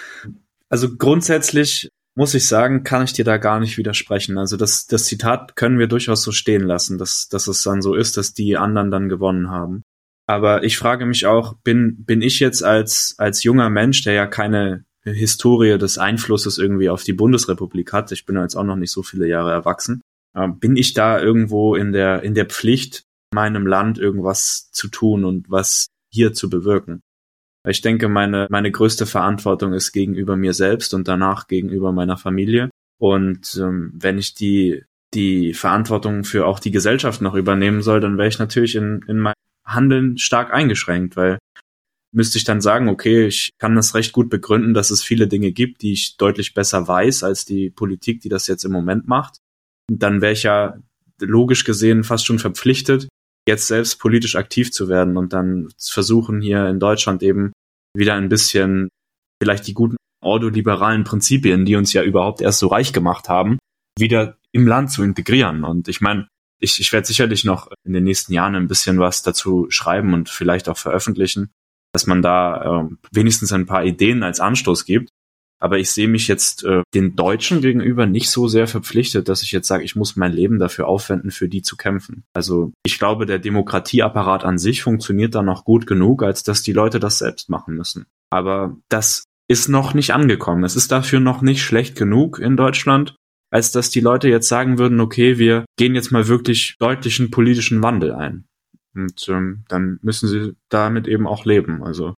Also grundsätzlich muss ich sagen, kann ich dir da gar nicht widersprechen. Also das Zitat können wir durchaus so stehen lassen, dass es dann so ist, dass die anderen dann gewonnen haben. Aber ich frage mich auch, bin ich jetzt als junger Mensch, der ja keine Historie des Einflusses irgendwie auf die Bundesrepublik hat, ich bin jetzt auch noch nicht so viele Jahre erwachsen, bin ich da irgendwo in der Pflicht, meinem Land irgendwas zu tun und was hier zu bewirken? Ich denke, meine größte Verantwortung ist gegenüber mir selbst und danach gegenüber meiner Familie. Und wenn ich die Verantwortung für auch die Gesellschaft noch übernehmen soll, dann wäre ich natürlich in meinem Handeln stark eingeschränkt, weil müsste ich dann sagen, okay, ich kann das recht gut begründen, dass es viele Dinge gibt, die ich deutlich besser weiß als die Politik, die das jetzt im Moment macht. Und dann wäre ich ja logisch gesehen fast schon verpflichtet, jetzt selbst politisch aktiv zu werden und dann versuchen hier in Deutschland eben wieder ein bisschen vielleicht die guten ordoliberalen Prinzipien, die uns ja überhaupt erst so reich gemacht haben, wieder im Land zu integrieren. Und ich meine, ich werde sicherlich noch in den nächsten Jahren ein bisschen was dazu schreiben und vielleicht auch veröffentlichen, dass man da wenigstens ein paar Ideen als Anstoß gibt. Aber ich sehe mich jetzt den Deutschen gegenüber nicht so sehr verpflichtet, dass ich jetzt sage, ich muss mein Leben dafür aufwenden, für die zu kämpfen. Also ich glaube, der Demokratieapparat an sich funktioniert da noch gut genug, als dass die Leute das selbst machen müssen. Aber das ist noch nicht angekommen. Es ist dafür noch nicht schlecht genug in Deutschland, als dass die Leute jetzt sagen würden, okay, wir gehen jetzt mal wirklich deutlichen politischen Wandel ein. Und dann müssen sie damit eben auch leben. Also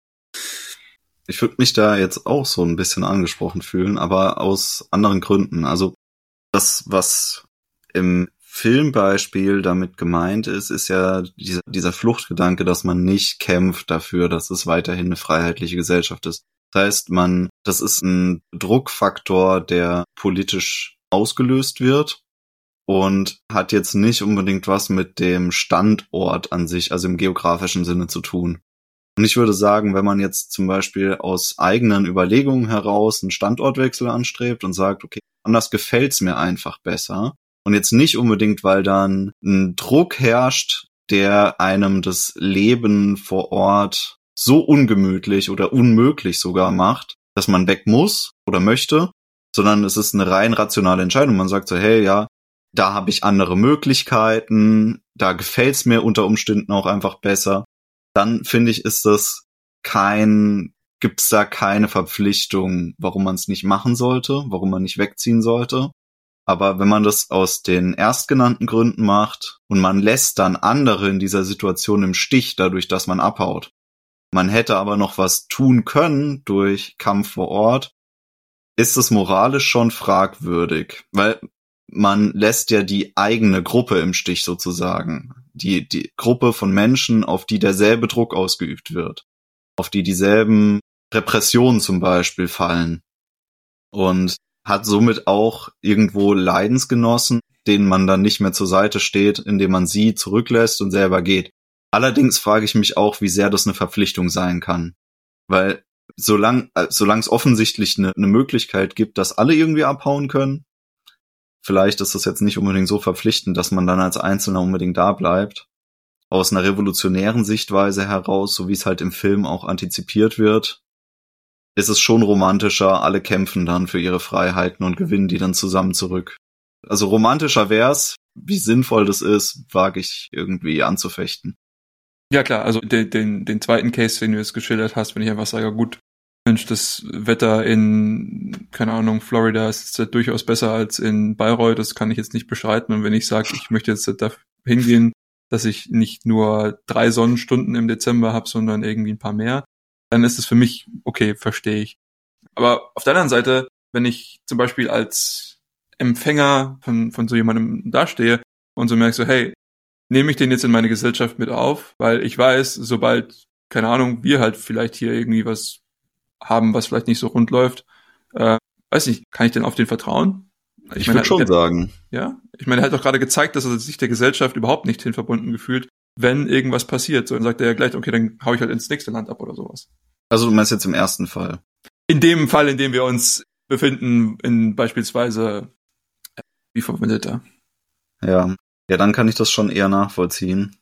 ich würde mich da jetzt auch so ein bisschen angesprochen fühlen, aber aus anderen Gründen. Also das, was im Filmbeispiel damit gemeint ist, ist ja dieser Fluchtgedanke, dass man nicht kämpft dafür, dass es weiterhin eine freiheitliche Gesellschaft ist. Das heißt, das ist ein Druckfaktor, der politisch ausgelöst wird und hat jetzt nicht unbedingt was mit dem Standort an sich, also im geografischen Sinne zu tun. Und ich würde sagen, wenn man jetzt zum Beispiel aus eigenen Überlegungen heraus einen Standortwechsel anstrebt und sagt, okay, anders gefällt's mir einfach besser und jetzt nicht unbedingt, weil dann ein Druck herrscht, der einem das Leben vor Ort so ungemütlich oder unmöglich sogar macht, dass man weg muss oder möchte, sondern es ist eine rein rationale Entscheidung. Man sagt so, hey, ja, da habe ich andere Möglichkeiten, da gefällt's mir unter Umständen auch einfach besser. Dann finde ich, gibt's da keine Verpflichtung, warum man es nicht machen sollte, warum man nicht wegziehen sollte. Aber wenn man das aus den erstgenannten Gründen macht und man lässt dann andere in dieser Situation im Stich, dadurch, dass man abhaut, man hätte aber noch was tun können durch Kampf vor Ort, ist es moralisch schon fragwürdig, weil man lässt ja die eigene Gruppe im Stich sozusagen. Die Gruppe von Menschen, auf die derselbe Druck ausgeübt wird, auf die dieselben Repressionen zum Beispiel fallen und hat somit auch irgendwo Leidensgenossen, denen man dann nicht mehr zur Seite steht, indem man sie zurücklässt und selber geht. Allerdings frage ich mich auch, wie sehr das eine Verpflichtung sein kann, weil solange es offensichtlich eine Möglichkeit gibt, dass alle irgendwie abhauen können, vielleicht ist das jetzt nicht unbedingt so verpflichtend, dass man dann als Einzelner unbedingt da bleibt. Aus einer revolutionären Sichtweise heraus, so wie es halt im Film auch antizipiert wird, ist es schon romantischer, alle kämpfen dann für ihre Freiheiten und gewinnen die dann zusammen zurück. Also romantischer wär's, wie sinnvoll das ist, wage ich irgendwie anzufechten. Ja klar, also den zweiten Case, den du jetzt geschildert hast, wenn ich einfach sage, gut, Mensch, das Wetter in, keine Ahnung, Florida ist jetzt durchaus besser als in Bayreuth, das kann ich jetzt nicht bestreiten. Und wenn ich sage, ich möchte jetzt da hingehen, dass ich nicht nur 3 Sonnenstunden im Dezember habe, sondern irgendwie ein paar mehr, dann ist es für mich okay, verstehe ich. Aber auf der anderen Seite, wenn ich zum Beispiel als Empfänger von so jemandem dastehe und so merke so, hey, nehme ich den jetzt in meine Gesellschaft mit auf, weil ich weiß, sobald, keine Ahnung, wir halt vielleicht hier irgendwie was haben, was vielleicht nicht so rund läuft, weiß nicht, kann ich denn auf den vertrauen? Ich würde schon sagen. Ja, ich meine, er hat doch gerade gezeigt, dass er sich der Gesellschaft überhaupt nicht hin verbunden gefühlt, wenn irgendwas passiert. So, dann sagt er ja gleich, okay, dann hau ich halt ins nächste Land ab oder sowas. Also du meinst jetzt im ersten Fall? In dem Fall, in dem wir uns befinden, in beispielsweise, wie verwendet er? Ja, dann kann ich das schon eher nachvollziehen.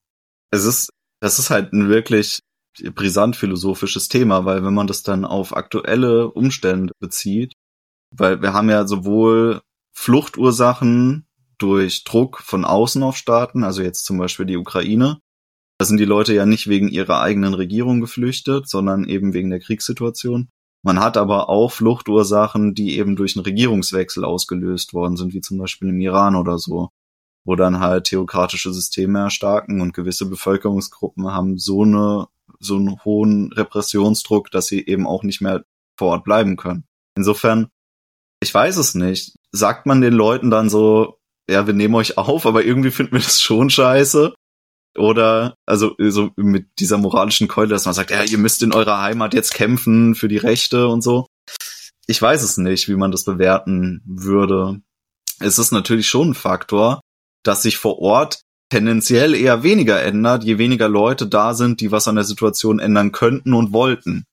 Das ist halt ein wirklich brisant philosophisches Thema, weil wenn man das dann auf aktuelle Umstände bezieht, weil wir haben ja sowohl Fluchtursachen durch Druck von außen auf Staaten, also jetzt zum Beispiel die Ukraine. Da sind die Leute ja nicht wegen ihrer eigenen Regierung geflüchtet, sondern eben wegen der Kriegssituation. Man hat aber auch Fluchtursachen, die eben durch einen Regierungswechsel ausgelöst worden sind, wie zum Beispiel im Iran oder so, wo dann halt theokratische Systeme erstarken und gewisse Bevölkerungsgruppen haben so einen hohen Repressionsdruck, dass sie eben auch nicht mehr vor Ort bleiben können. Insofern, ich weiß es nicht. Sagt man den Leuten dann so, ja, wir nehmen euch auf, aber irgendwie finden wir das schon scheiße? Oder, also so mit dieser moralischen Keule, dass man sagt, ja, ihr müsst in eurer Heimat jetzt kämpfen für die Rechte und so. Ich weiß es nicht, wie man das bewerten würde. Es ist natürlich schon ein Faktor, dass sich vor Ort tendenziell eher weniger ändert, je weniger Leute da sind, die was an der Situation ändern könnten und wollten.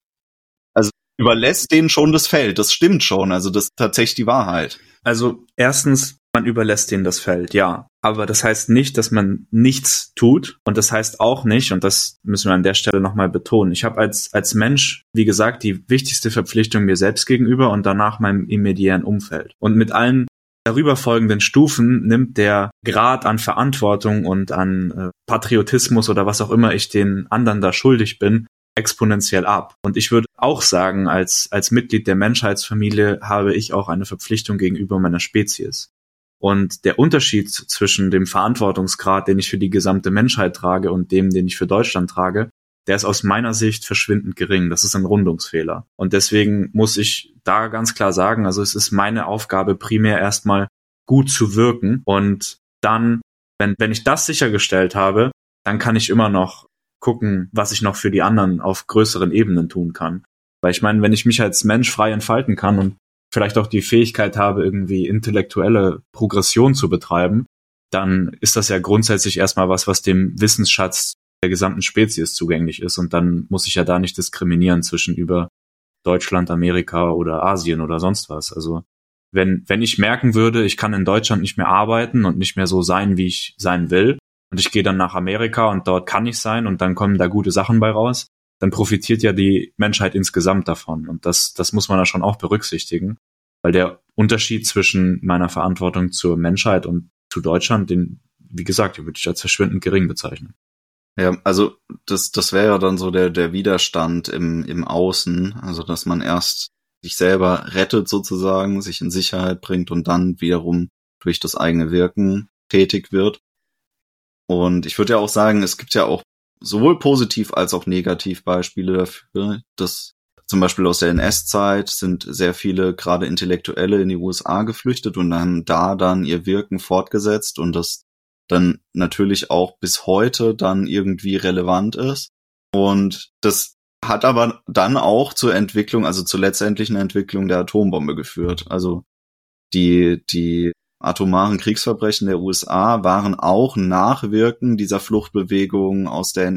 Also überlässt denen schon das Feld, das stimmt schon, also das ist tatsächlich die Wahrheit. Also erstens, man überlässt denen das Feld, ja. Aber das heißt nicht, dass man nichts tut. Und das heißt auch nicht, und das müssen wir an der Stelle nochmal betonen, ich habe als Mensch, wie gesagt, die wichtigste Verpflichtung mir selbst gegenüber und danach meinem immediären Umfeld. Und mit allen darüber folgenden Stufen nimmt der Grad an Verantwortung und an Patriotismus oder was auch immer ich den anderen da schuldig bin, exponentiell ab. Und ich würde auch sagen, als Mitglied der Menschheitsfamilie habe ich auch eine Verpflichtung gegenüber meiner Spezies. Und der Unterschied zwischen dem Verantwortungsgrad, den ich für die gesamte Menschheit trage und dem, den ich für Deutschland trage, der ist aus meiner Sicht verschwindend gering. Das ist ein Rundungsfehler. Und deswegen muss ich da ganz klar sagen, also es ist meine Aufgabe, primär erstmal gut zu wirken. Und dann, wenn ich das sichergestellt habe, dann kann ich immer noch gucken, was ich noch für die anderen auf größeren Ebenen tun kann. Weil ich meine, wenn ich mich als Mensch frei entfalten kann und vielleicht auch die Fähigkeit habe, irgendwie intellektuelle Progression zu betreiben, dann ist das ja grundsätzlich erstmal was dem Wissensschatz der gesamten Spezies zugänglich ist. Und dann muss ich ja da nicht diskriminieren zwischen über Deutschland, Amerika oder Asien oder sonst was. Also wenn ich merken würde, ich kann in Deutschland nicht mehr arbeiten und nicht mehr so sein, wie ich sein will, und ich gehe dann nach Amerika und dort kann ich sein und dann kommen da gute Sachen bei raus, dann profitiert ja die Menschheit insgesamt davon. Und das muss man da schon auch berücksichtigen, weil der Unterschied zwischen meiner Verantwortung zur Menschheit und zu Deutschland, den, wie gesagt, den würde ich als verschwindend gering bezeichnen. Ja, also das wäre ja dann so der Widerstand im Außen, also dass man erst sich selber rettet sozusagen, sich in Sicherheit bringt und dann wiederum durch das eigene Wirken tätig wird. Und ich würde ja auch sagen, es gibt ja auch sowohl positiv als auch negativ Beispiele dafür, dass zum Beispiel aus der NS-Zeit sind sehr viele gerade Intellektuelle in die USA geflüchtet und haben da dann ihr Wirken fortgesetzt und das dann natürlich auch bis heute dann irgendwie relevant ist. Und das hat aber dann auch zur Entwicklung, also zur letztendlichen Entwicklung der Atombombe geführt. Also die atomaren Kriegsverbrechen der USA waren auch Nachwirken dieser Fluchtbewegung aus dem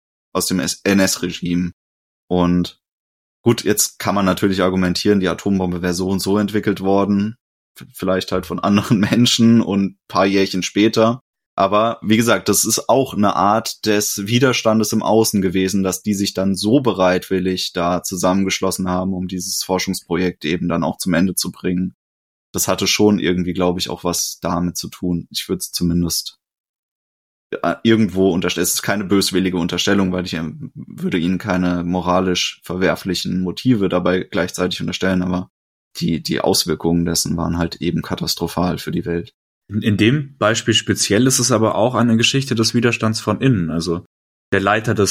NS-Regime. Und gut, jetzt kann man natürlich argumentieren, die Atombombe wäre so und so entwickelt worden, vielleicht halt von anderen Menschen und ein paar Jährchen später. Aber wie gesagt, das ist auch eine Art des Widerstandes im Außen gewesen, dass die sich dann so bereitwillig da zusammengeschlossen haben, um dieses Forschungsprojekt eben dann auch zum Ende zu bringen. Das hatte schon irgendwie, glaube ich, auch was damit zu tun. Ich würde es zumindest irgendwo unterstellen. Es ist keine böswillige Unterstellung, weil ich würde ihnen keine moralisch verwerflichen Motive dabei gleichzeitig unterstellen, aber die Auswirkungen dessen waren halt eben katastrophal für die Welt. In dem Beispiel speziell ist es aber auch eine Geschichte des Widerstands von innen. Also der Leiter des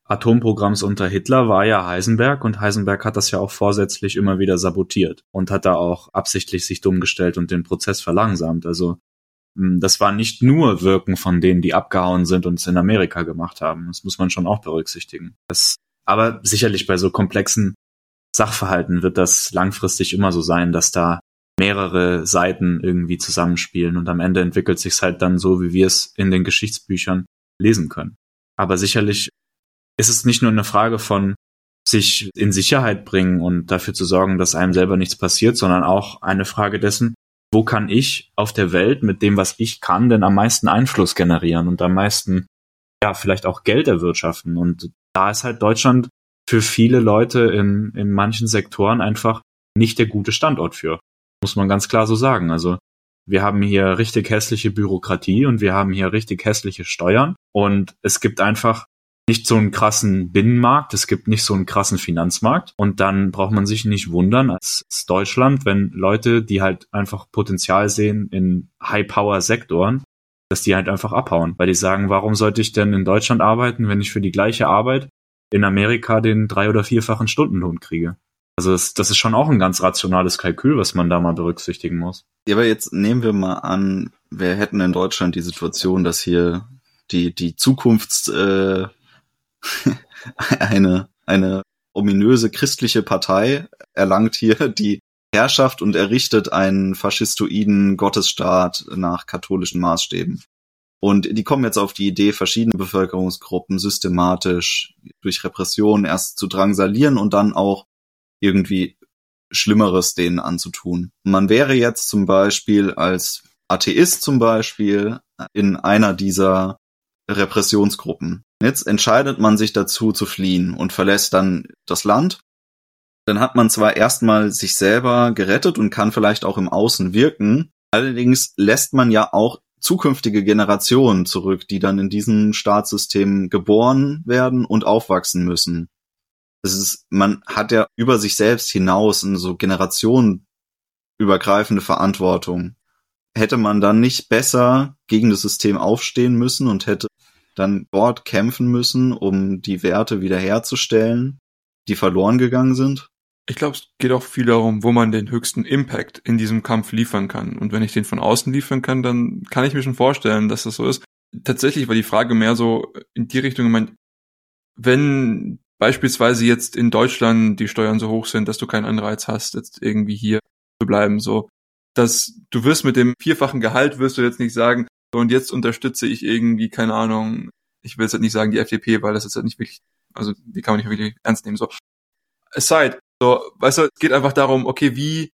Atomprogramms unter Hitler war ja Heisenberg, und Heisenberg hat das ja auch vorsätzlich immer wieder sabotiert und hat da auch absichtlich sich dumm gestellt und den Prozess verlangsamt. Also das war nicht nur Wirken von denen, die abgehauen sind und es in Amerika gemacht haben. Das muss man schon auch berücksichtigen. Aber sicherlich bei so komplexen Sachverhalten wird das langfristig immer so sein, dass da mehrere Seiten irgendwie zusammenspielen und am Ende entwickelt sich's halt dann so, wie wir es in den Geschichtsbüchern lesen können. Aber sicherlich ist es nicht nur eine Frage von sich in Sicherheit bringen und dafür zu sorgen, dass einem selber nichts passiert, sondern auch eine Frage dessen, wo kann ich auf der Welt mit dem, was ich kann, denn am meisten Einfluss generieren und am meisten, ja, vielleicht auch Geld erwirtschaften. Und da ist halt Deutschland für viele Leute in manchen Sektoren einfach nicht der gute Standort für. Muss man ganz klar so sagen. Also wir haben hier richtig hässliche Bürokratie und wir haben hier richtig hässliche Steuern und es gibt einfach nicht so einen krassen Binnenmarkt, es gibt nicht so einen krassen Finanzmarkt und dann braucht man sich nicht wundern als Deutschland, wenn Leute, die halt einfach Potenzial sehen in High-Power-Sektoren, dass die halt einfach abhauen, weil die sagen, warum sollte ich denn in Deutschland arbeiten, wenn ich für die gleiche Arbeit in Amerika den 3- oder 4-fachen Stundenlohn kriege? Also das ist schon auch ein ganz rationales Kalkül, was man da mal berücksichtigen muss. Ja, aber jetzt nehmen wir mal an, wir hätten in Deutschland die Situation, dass hier die Zukunfts eine ominöse christliche Partei erlangt hier die Herrschaft und errichtet einen faschistoiden Gottesstaat nach katholischen Maßstäben. Und die kommen jetzt auf die Idee, verschiedene Bevölkerungsgruppen systematisch durch Repression erst zu drangsalieren und dann auch irgendwie Schlimmeres denen anzutun. Man wäre jetzt zum Beispiel als Atheist zum Beispiel in einer dieser Repressionsgruppen. Jetzt entscheidet man sich dazu zu fliehen und verlässt dann das Land. Dann hat man zwar erstmal sich selber gerettet und kann vielleicht auch im Außen wirken, allerdings lässt man ja auch zukünftige Generationen zurück, die dann in diesem Staatssystem geboren werden und aufwachsen müssen. Man hat ja über sich selbst hinaus eine so generationenübergreifende Verantwortung. Hätte man dann nicht besser gegen das System aufstehen müssen und hätte dann dort kämpfen müssen, um die Werte wiederherzustellen, die verloren gegangen sind? Ich glaube, es geht auch viel darum, wo man den höchsten Impact in diesem Kampf liefern kann. Und wenn ich den von außen liefern kann, dann kann ich mir schon vorstellen, dass das so ist. Tatsächlich war die Frage mehr so in die Richtung gemeint, wenn beispielsweise jetzt in Deutschland die Steuern so hoch sind, dass du keinen Anreiz hast, jetzt irgendwie hier zu bleiben, so, dass du wirst mit dem 4-fachen Gehalt wirst du jetzt nicht sagen, und jetzt unterstütze ich irgendwie, keine Ahnung, ich will jetzt halt nicht sagen die FDP, weil das ist halt nicht wirklich, also die kann man nicht wirklich ernst nehmen, so. Aside, so, weißt du, es geht einfach darum, okay,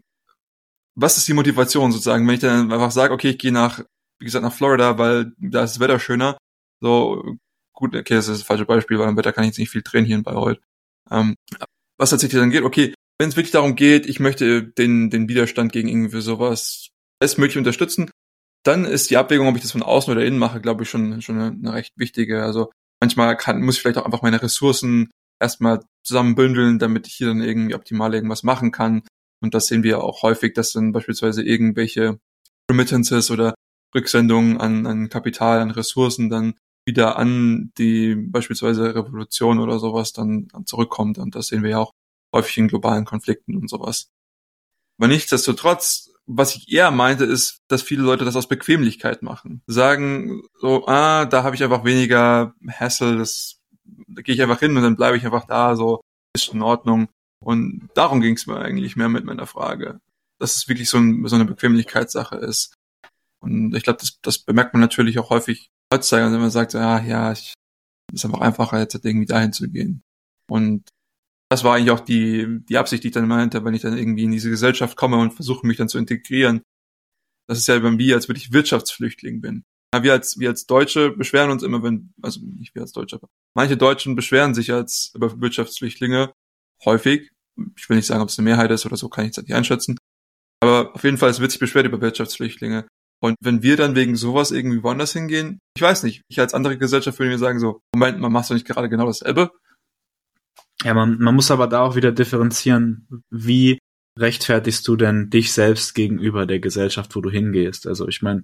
was ist die Motivation sozusagen, wenn ich dann einfach sage, okay, ich gehe nach Florida, weil da ist das Wetter schöner, so, gut, okay, das ist das falsche Beispiel, weil am Wetter kann ich jetzt nicht viel drehen hier in Bayreuth. Was tatsächlich dann geht, okay, wenn es wirklich darum geht, ich möchte den Widerstand gegen irgendwie sowas bestmöglich unterstützen, dann ist die Abwägung, ob ich das von außen oder innen mache, glaube ich, schon eine recht wichtige. Also manchmal muss ich vielleicht auch einfach meine Ressourcen erstmal zusammenbündeln, damit ich hier dann irgendwie optimal irgendwas machen kann. Und das sehen wir auch häufig, dass dann beispielsweise irgendwelche Remittances oder Rücksendungen an Kapital, an Ressourcen dann wieder an die beispielsweise Revolution oder sowas dann zurückkommt. Und das sehen wir ja auch häufig in globalen Konflikten und sowas. Aber nichtsdestotrotz, was ich eher meinte, ist, dass viele Leute das aus Bequemlichkeit machen. Sagen so, da habe ich einfach weniger Hassle, da gehe ich einfach hin und dann bleibe ich einfach da, so, ist in Ordnung. Und darum ging es mir eigentlich mehr mit meiner Frage. Dass es wirklich so eine Bequemlichkeitssache ist. Und ich glaube, das bemerkt man natürlich auch häufig heutzutage, wenn man sagt, es ist einfach einfacher, jetzt irgendwie dahin zu gehen. Und das war eigentlich auch die Absicht, die ich dann meinte, wenn ich dann irgendwie in diese Gesellschaft komme und versuche, mich dann zu integrieren. Das ist ja immer wie, als würde ich Wirtschaftsflüchtling bin. Ja, wir als Deutsche beschweren uns immer, also nicht wir als Deutsche, aber manche Deutschen beschweren sich über Wirtschaftsflüchtlinge häufig. Ich will nicht sagen, ob es eine Mehrheit ist oder so, kann ich jetzt nicht einschätzen. Aber auf jeden Fall, es wird sich beschwert über Wirtschaftsflüchtlinge. Und wenn wir dann wegen sowas irgendwie woanders hingehen, ich weiß nicht, ich als andere Gesellschaft würde mir sagen so, Moment, man macht doch nicht gerade genau dasselbe. Ja, man muss aber da auch wieder differenzieren, wie rechtfertigst du denn dich selbst gegenüber der Gesellschaft, wo du hingehst? Also ich meine,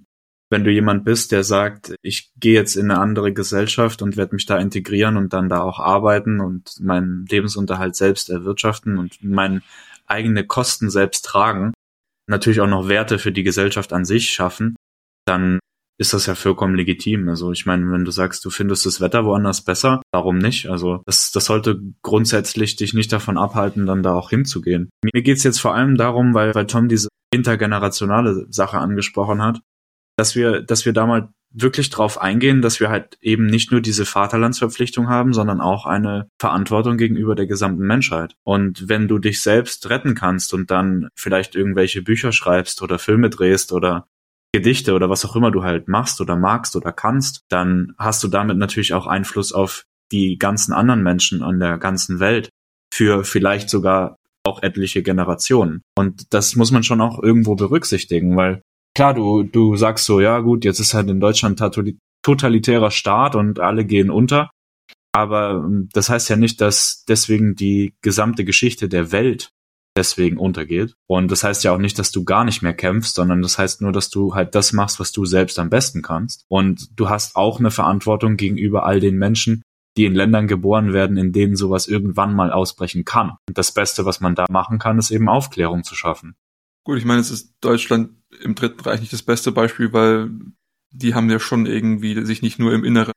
wenn du jemand bist, der sagt, ich gehe jetzt in eine andere Gesellschaft und werde mich da integrieren und dann da auch arbeiten und meinen Lebensunterhalt selbst erwirtschaften und meine eigene Kosten selbst tragen, natürlich auch noch Werte für die Gesellschaft an sich schaffen, dann ist das ja vollkommen legitim. Also ich meine, wenn du sagst, du findest das Wetter woanders besser, warum nicht? Also das sollte grundsätzlich dich nicht davon abhalten, dann da auch hinzugehen. Mir geht's jetzt vor allem darum, weil Tom diese intergenerationale Sache angesprochen hat, dass wir da mal wirklich drauf eingehen, dass wir halt eben nicht nur diese Vaterlandsverpflichtung haben, sondern auch eine Verantwortung gegenüber der gesamten Menschheit. Und wenn du dich selbst retten kannst und dann vielleicht irgendwelche Bücher schreibst oder Filme drehst oder Gedichte oder was auch immer du halt machst oder magst oder kannst, dann hast du damit natürlich auch Einfluss auf die ganzen anderen Menschen an der ganzen Welt für vielleicht sogar auch etliche Generationen. Und das muss man schon auch irgendwo berücksichtigen, weil klar, du sagst so, ja gut, jetzt ist halt in Deutschland totalitärer Staat und alle gehen unter, aber das heißt ja nicht, dass deswegen die gesamte Geschichte der Welt deswegen untergeht. Und das heißt ja auch nicht, dass du gar nicht mehr kämpfst, sondern das heißt nur, dass du halt das machst, was du selbst am besten kannst. Und du hast auch eine Verantwortung gegenüber all den Menschen, die in Ländern geboren werden, in denen sowas irgendwann mal ausbrechen kann. Und das Beste, was man da machen kann, ist eben Aufklärung zu schaffen. Gut, ich meine, es ist Deutschland im Dritten Reich nicht das beste Beispiel, weil die haben ja schon irgendwie sich nicht nur im Inneren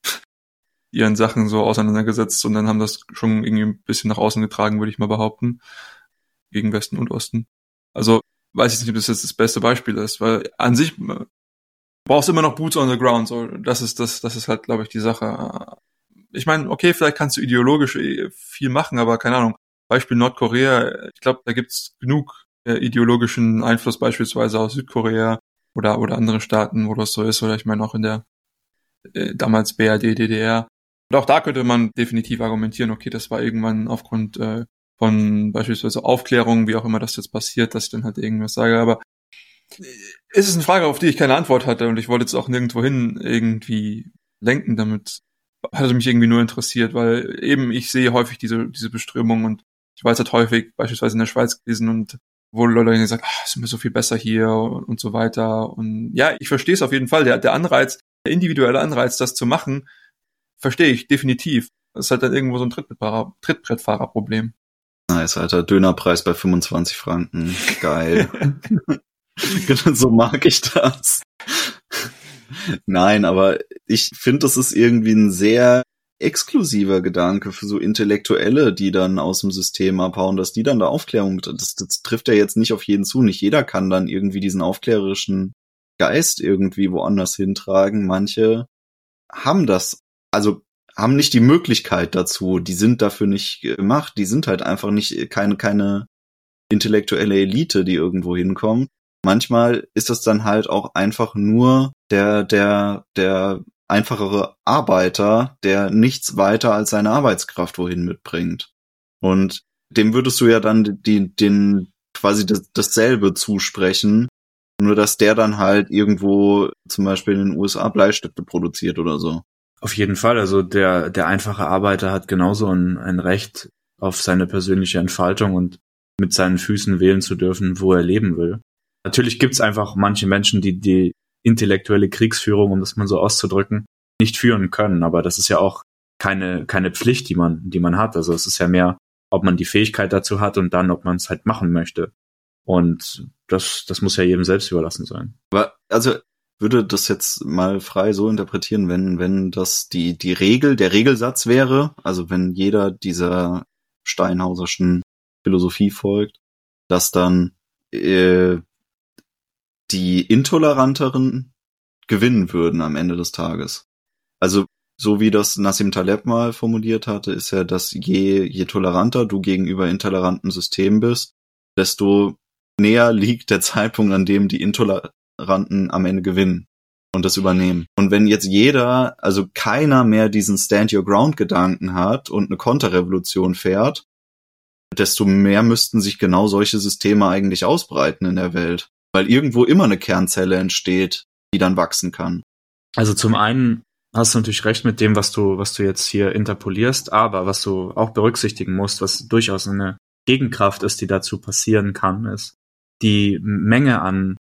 ihren Sachen so auseinandergesetzt, sondern haben das schon irgendwie ein bisschen nach außen getragen, würde ich mal behaupten. Gegen Westen und Osten. Also weiß ich nicht, ob das jetzt das beste Beispiel ist, weil an sich brauchst du immer noch Boots on the ground. So, das ist halt, glaube ich, die Sache. Ich meine, okay, vielleicht kannst du ideologisch viel machen, aber keine Ahnung. Beispiel Nordkorea, ich glaube, da gibt's genug ideologischen Einfluss beispielsweise aus Südkorea oder andere Staaten, wo das so ist. Oder ich meine auch in der damals BRD, DDR. Und auch da könnte man definitiv argumentieren, okay, das war irgendwann aufgrund von beispielsweise Aufklärung, wie auch immer das jetzt passiert, dass ich dann halt irgendwas sage, aber es ist eine Frage, auf die ich keine Antwort hatte und ich wollte jetzt auch nirgendwo hin irgendwie lenken damit. Hat mich irgendwie nur interessiert, weil eben ich sehe häufig diese Beströmung und ich weiß halt häufig beispielsweise in der Schweiz gewesen und wo Leute gesagt, es ist mir so viel besser hier und so weiter und ja, ich verstehe es auf jeden Fall, der Anreiz, der individuelle Anreiz, das zu machen, verstehe ich definitiv. Das ist halt dann irgendwo so ein Trittbrettfahrerproblem. Nice, Alter. Dönerpreis bei 25 Franken. Geil. So mag ich das. Nein, aber ich finde, das ist irgendwie ein sehr exklusiver Gedanke für so Intellektuelle, die dann aus dem System abhauen, dass die dann da Aufklärung, das trifft ja jetzt nicht auf jeden zu. Nicht jeder kann dann irgendwie diesen aufklärerischen Geist irgendwie woanders hintragen. Manche haben das, also haben nicht die Möglichkeit dazu, die sind dafür nicht gemacht, die sind halt einfach nicht keine intellektuelle Elite, die irgendwo hinkommt. Manchmal ist das dann halt auch einfach nur der einfachere Arbeiter, der nichts weiter als seine Arbeitskraft wohin mitbringt. Und dem würdest du ja dann den quasi dasselbe zusprechen, nur dass der dann halt irgendwo zum Beispiel in den USA Bleistifte produziert oder so. Auf jeden Fall, also der einfache Arbeiter hat genauso ein Recht auf seine persönliche Entfaltung und mit seinen Füßen wählen zu dürfen, wo er leben will. Natürlich gibt's einfach manche Menschen, die intellektuelle Kriegsführung, um das mal so auszudrücken, nicht führen können, aber das ist ja auch keine Pflicht, die man hat. Also es ist ja mehr, ob man die Fähigkeit dazu hat und dann, ob man es halt machen möchte. Und das muss ja jedem selbst überlassen sein. Aber also würde das jetzt mal frei so interpretieren, wenn das die Regel, der Regelsatz wäre, also wenn jeder dieser Steinhauserschen Philosophie folgt, dass dann die Intoleranteren gewinnen würden am Ende des Tages. Also so wie das Nassim Taleb mal formuliert hatte, ist ja, dass je toleranter du gegenüber intoleranten Systemen bist, desto näher liegt der Zeitpunkt, an dem die Intoleranten am Ende gewinnen und das übernehmen. Und wenn jetzt also keiner mehr diesen Stand-Your-Ground-Gedanken hat und eine Konterrevolution fährt, desto mehr müssten sich genau solche Systeme eigentlich ausbreiten in der Welt. Weil irgendwo immer eine Kernzelle entsteht, die dann wachsen kann. Also zum einen hast du natürlich recht mit dem, was du jetzt hier interpolierst, aber was du auch berücksichtigen musst, was durchaus eine Gegenkraft ist, die dazu passieren kann, ist die Menge an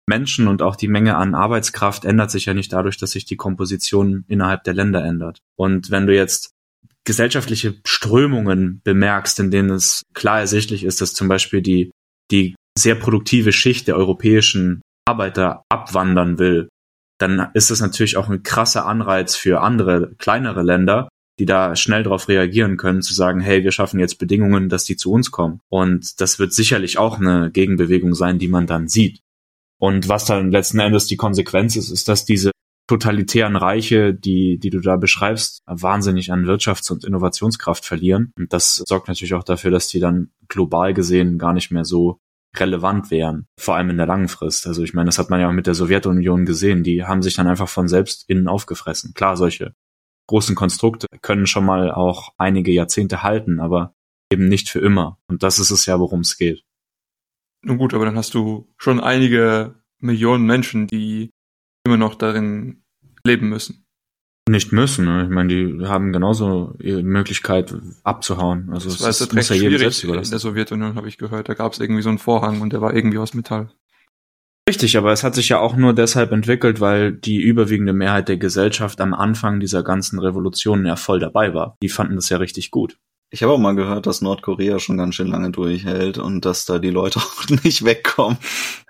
Menschen und auch die Menge an Arbeitskraft ändert sich ja nicht dadurch, dass sich die Komposition innerhalb der Länder ändert. Und wenn du jetzt gesellschaftliche Strömungen bemerkst, in denen es klar ersichtlich ist, dass zum Beispiel die sehr produktive Schicht der europäischen Arbeiter abwandern will, dann ist es natürlich auch ein krasser Anreiz für andere, kleinere Länder, die da schnell darauf reagieren können, zu sagen, hey, wir schaffen jetzt Bedingungen, dass die zu uns kommen. Und das wird sicherlich auch eine Gegenbewegung sein, die man dann sieht. Und was dann letzten Endes die Konsequenz ist, ist, dass diese totalitären Reiche, die du da beschreibst, wahnsinnig an Wirtschafts- und Innovationskraft verlieren. Und das sorgt natürlich auch dafür, dass die dann global gesehen gar nicht mehr so relevant wären, vor allem in der langen Frist. Also ich meine, das hat man ja auch mit der Sowjetunion gesehen, die haben sich dann einfach von selbst innen aufgefressen. Klar, solche großen Konstrukte können schon mal auch einige Jahrzehnte halten, aber eben nicht für immer. Und das ist es ja, worum es geht. Nun gut, aber dann hast du schon einige Millionen Menschen, die immer noch darin leben müssen. Nicht müssen, ne? Ich meine, die haben genauso die Möglichkeit abzuhauen. Also das war es recht muss ja jedem selbst schwierig in überlassen. der Sowjetunion, habe ich gehört. Da gab es irgendwie so einen Vorhang und der war irgendwie aus Metall. Richtig, aber es hat sich ja auch nur deshalb entwickelt, weil die überwiegende Mehrheit der Gesellschaft am Anfang dieser ganzen Revolutionen ja voll dabei war. Die fanden das ja richtig gut. Ich habe auch mal gehört, dass Nordkorea schon ganz schön lange durchhält und dass da die Leute auch nicht wegkommen.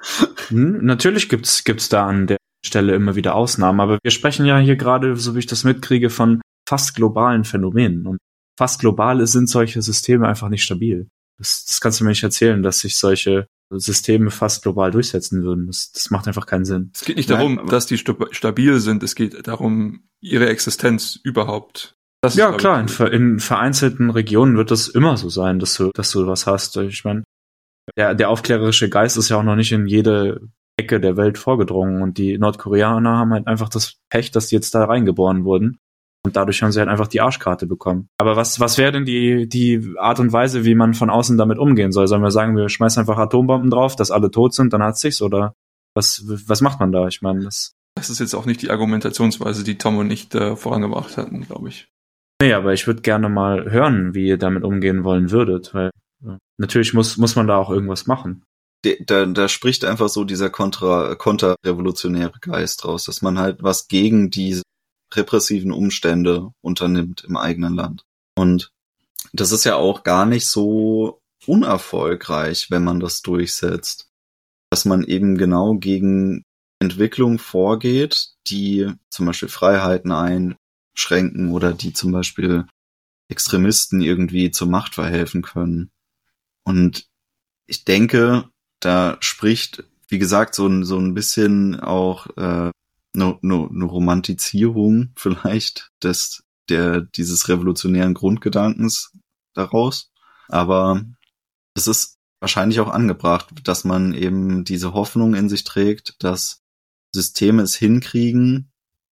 Natürlich gibt's da an der Stelle immer wieder Ausnahmen, aber wir sprechen ja hier gerade, so wie ich das mitkriege, von fast globalen Phänomenen. Und fast global sind solche Systeme einfach nicht stabil. Das kannst du mir nicht erzählen, dass sich solche Systeme fast global durchsetzen würden. Das macht einfach keinen Sinn. Es geht nicht darum, dass die stabil sind, es geht darum, ihre Existenz überhaupt. Das Ja, ist, klar, in vereinzelten Regionen wird das immer so sein, dass du was hast. Ich meine, der aufklärerische Geist ist ja auch noch nicht in jede Ecke der Welt vorgedrungen und die Nordkoreaner haben halt einfach das Pech, dass die jetzt da reingeboren wurden und dadurch haben sie halt einfach die Arschkarte bekommen. Aber was wäre denn die Art und Weise, wie man von außen damit umgehen soll? Sollen wir sagen, wir schmeißen einfach Atombomben drauf, dass alle tot sind, dann hat's sich's, oder was macht man da? Ich meine, das ist jetzt auch nicht die Argumentationsweise, die Tom und ich vorangebracht hatten, glaube ich. Nee, aber ich würde gerne mal hören, wie ihr damit umgehen wollen würdet, weil natürlich muss man da auch irgendwas machen. Da spricht einfach so dieser konterrevolutionäre Geist raus, dass man halt was gegen diese repressiven Umstände unternimmt im eigenen Land. Und das ist ja auch gar nicht so unerfolgreich, wenn man das durchsetzt, dass man eben genau gegen Entwicklung vorgeht, die zum Beispiel Freiheiten einschränken oder die zum Beispiel Extremisten irgendwie zur Macht verhelfen können. Und ich denke, da spricht, wie gesagt, so ein bisschen auch eine Romantisierung vielleicht dieses revolutionären Grundgedankens daraus. Aber es ist wahrscheinlich auch angebracht, dass man eben diese Hoffnung in sich trägt, dass Systeme es hinkriegen,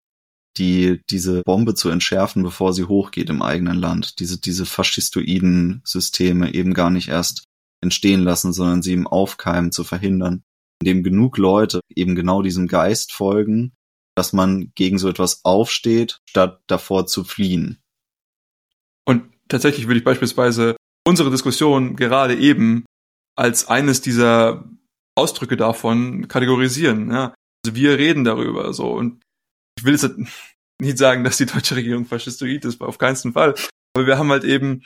diese Bombe zu entschärfen, bevor sie hochgeht im eigenen Land. Diese faschistoiden Systeme eben gar nicht erst entstehen lassen, sondern sie im Aufkeimen zu verhindern, indem genug Leute eben genau diesem Geist folgen, dass man gegen so etwas aufsteht, statt davor zu fliehen. Und tatsächlich würde ich beispielsweise unsere Diskussion gerade eben als eines dieser Ausdrücke davon kategorisieren. Ja? Also wir reden darüber so und ich will jetzt nicht sagen, dass die deutsche Regierung faschistoid ist, auf keinen Fall. Aber wir haben halt eben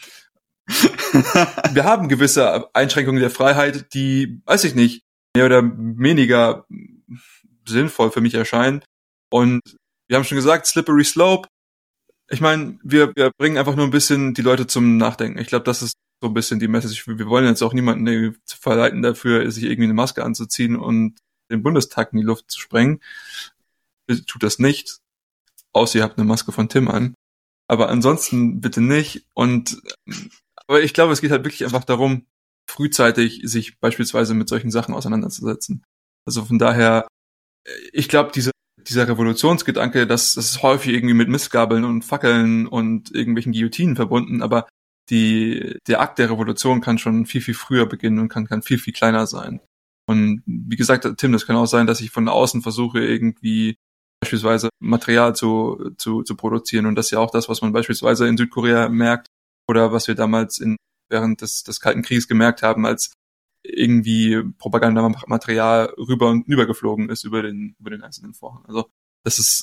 wir haben gewisse Einschränkungen der Freiheit, die, weiß ich nicht, mehr oder weniger sinnvoll für mich erscheinen. Und wir haben schon gesagt, slippery slope. Ich meine, wir bringen einfach nur ein bisschen die Leute zum Nachdenken. Ich glaube, das ist so ein bisschen die Message. Wir wollen jetzt auch niemanden verleiten dafür, sich irgendwie eine Maske anzuziehen und den Bundestag in die Luft zu sprengen. Bitte tut das nicht. Außer ihr habt eine Maske von Tim an. Aber ansonsten bitte nicht. Aber ich glaube, es geht halt wirklich einfach darum, frühzeitig sich beispielsweise mit solchen Sachen auseinanderzusetzen. Also von daher, ich glaube, dieser Revolutionsgedanke, das ist häufig irgendwie mit Mistgabeln und Fackeln und irgendwelchen Guillotinen verbunden, aber der Akt der Revolution kann schon viel, viel früher beginnen und kann viel, viel kleiner sein. Und wie gesagt, Tim, das kann auch sein, dass ich von außen versuche, irgendwie beispielsweise Material zu produzieren. Und das ist ja auch das, was man beispielsweise in Südkorea merkt oder was wir damals während des Kalten Krieges gemerkt haben, als irgendwie Propagandamaterial rüber und übergeflogen ist über den einzelnen Vorhang. Also das ist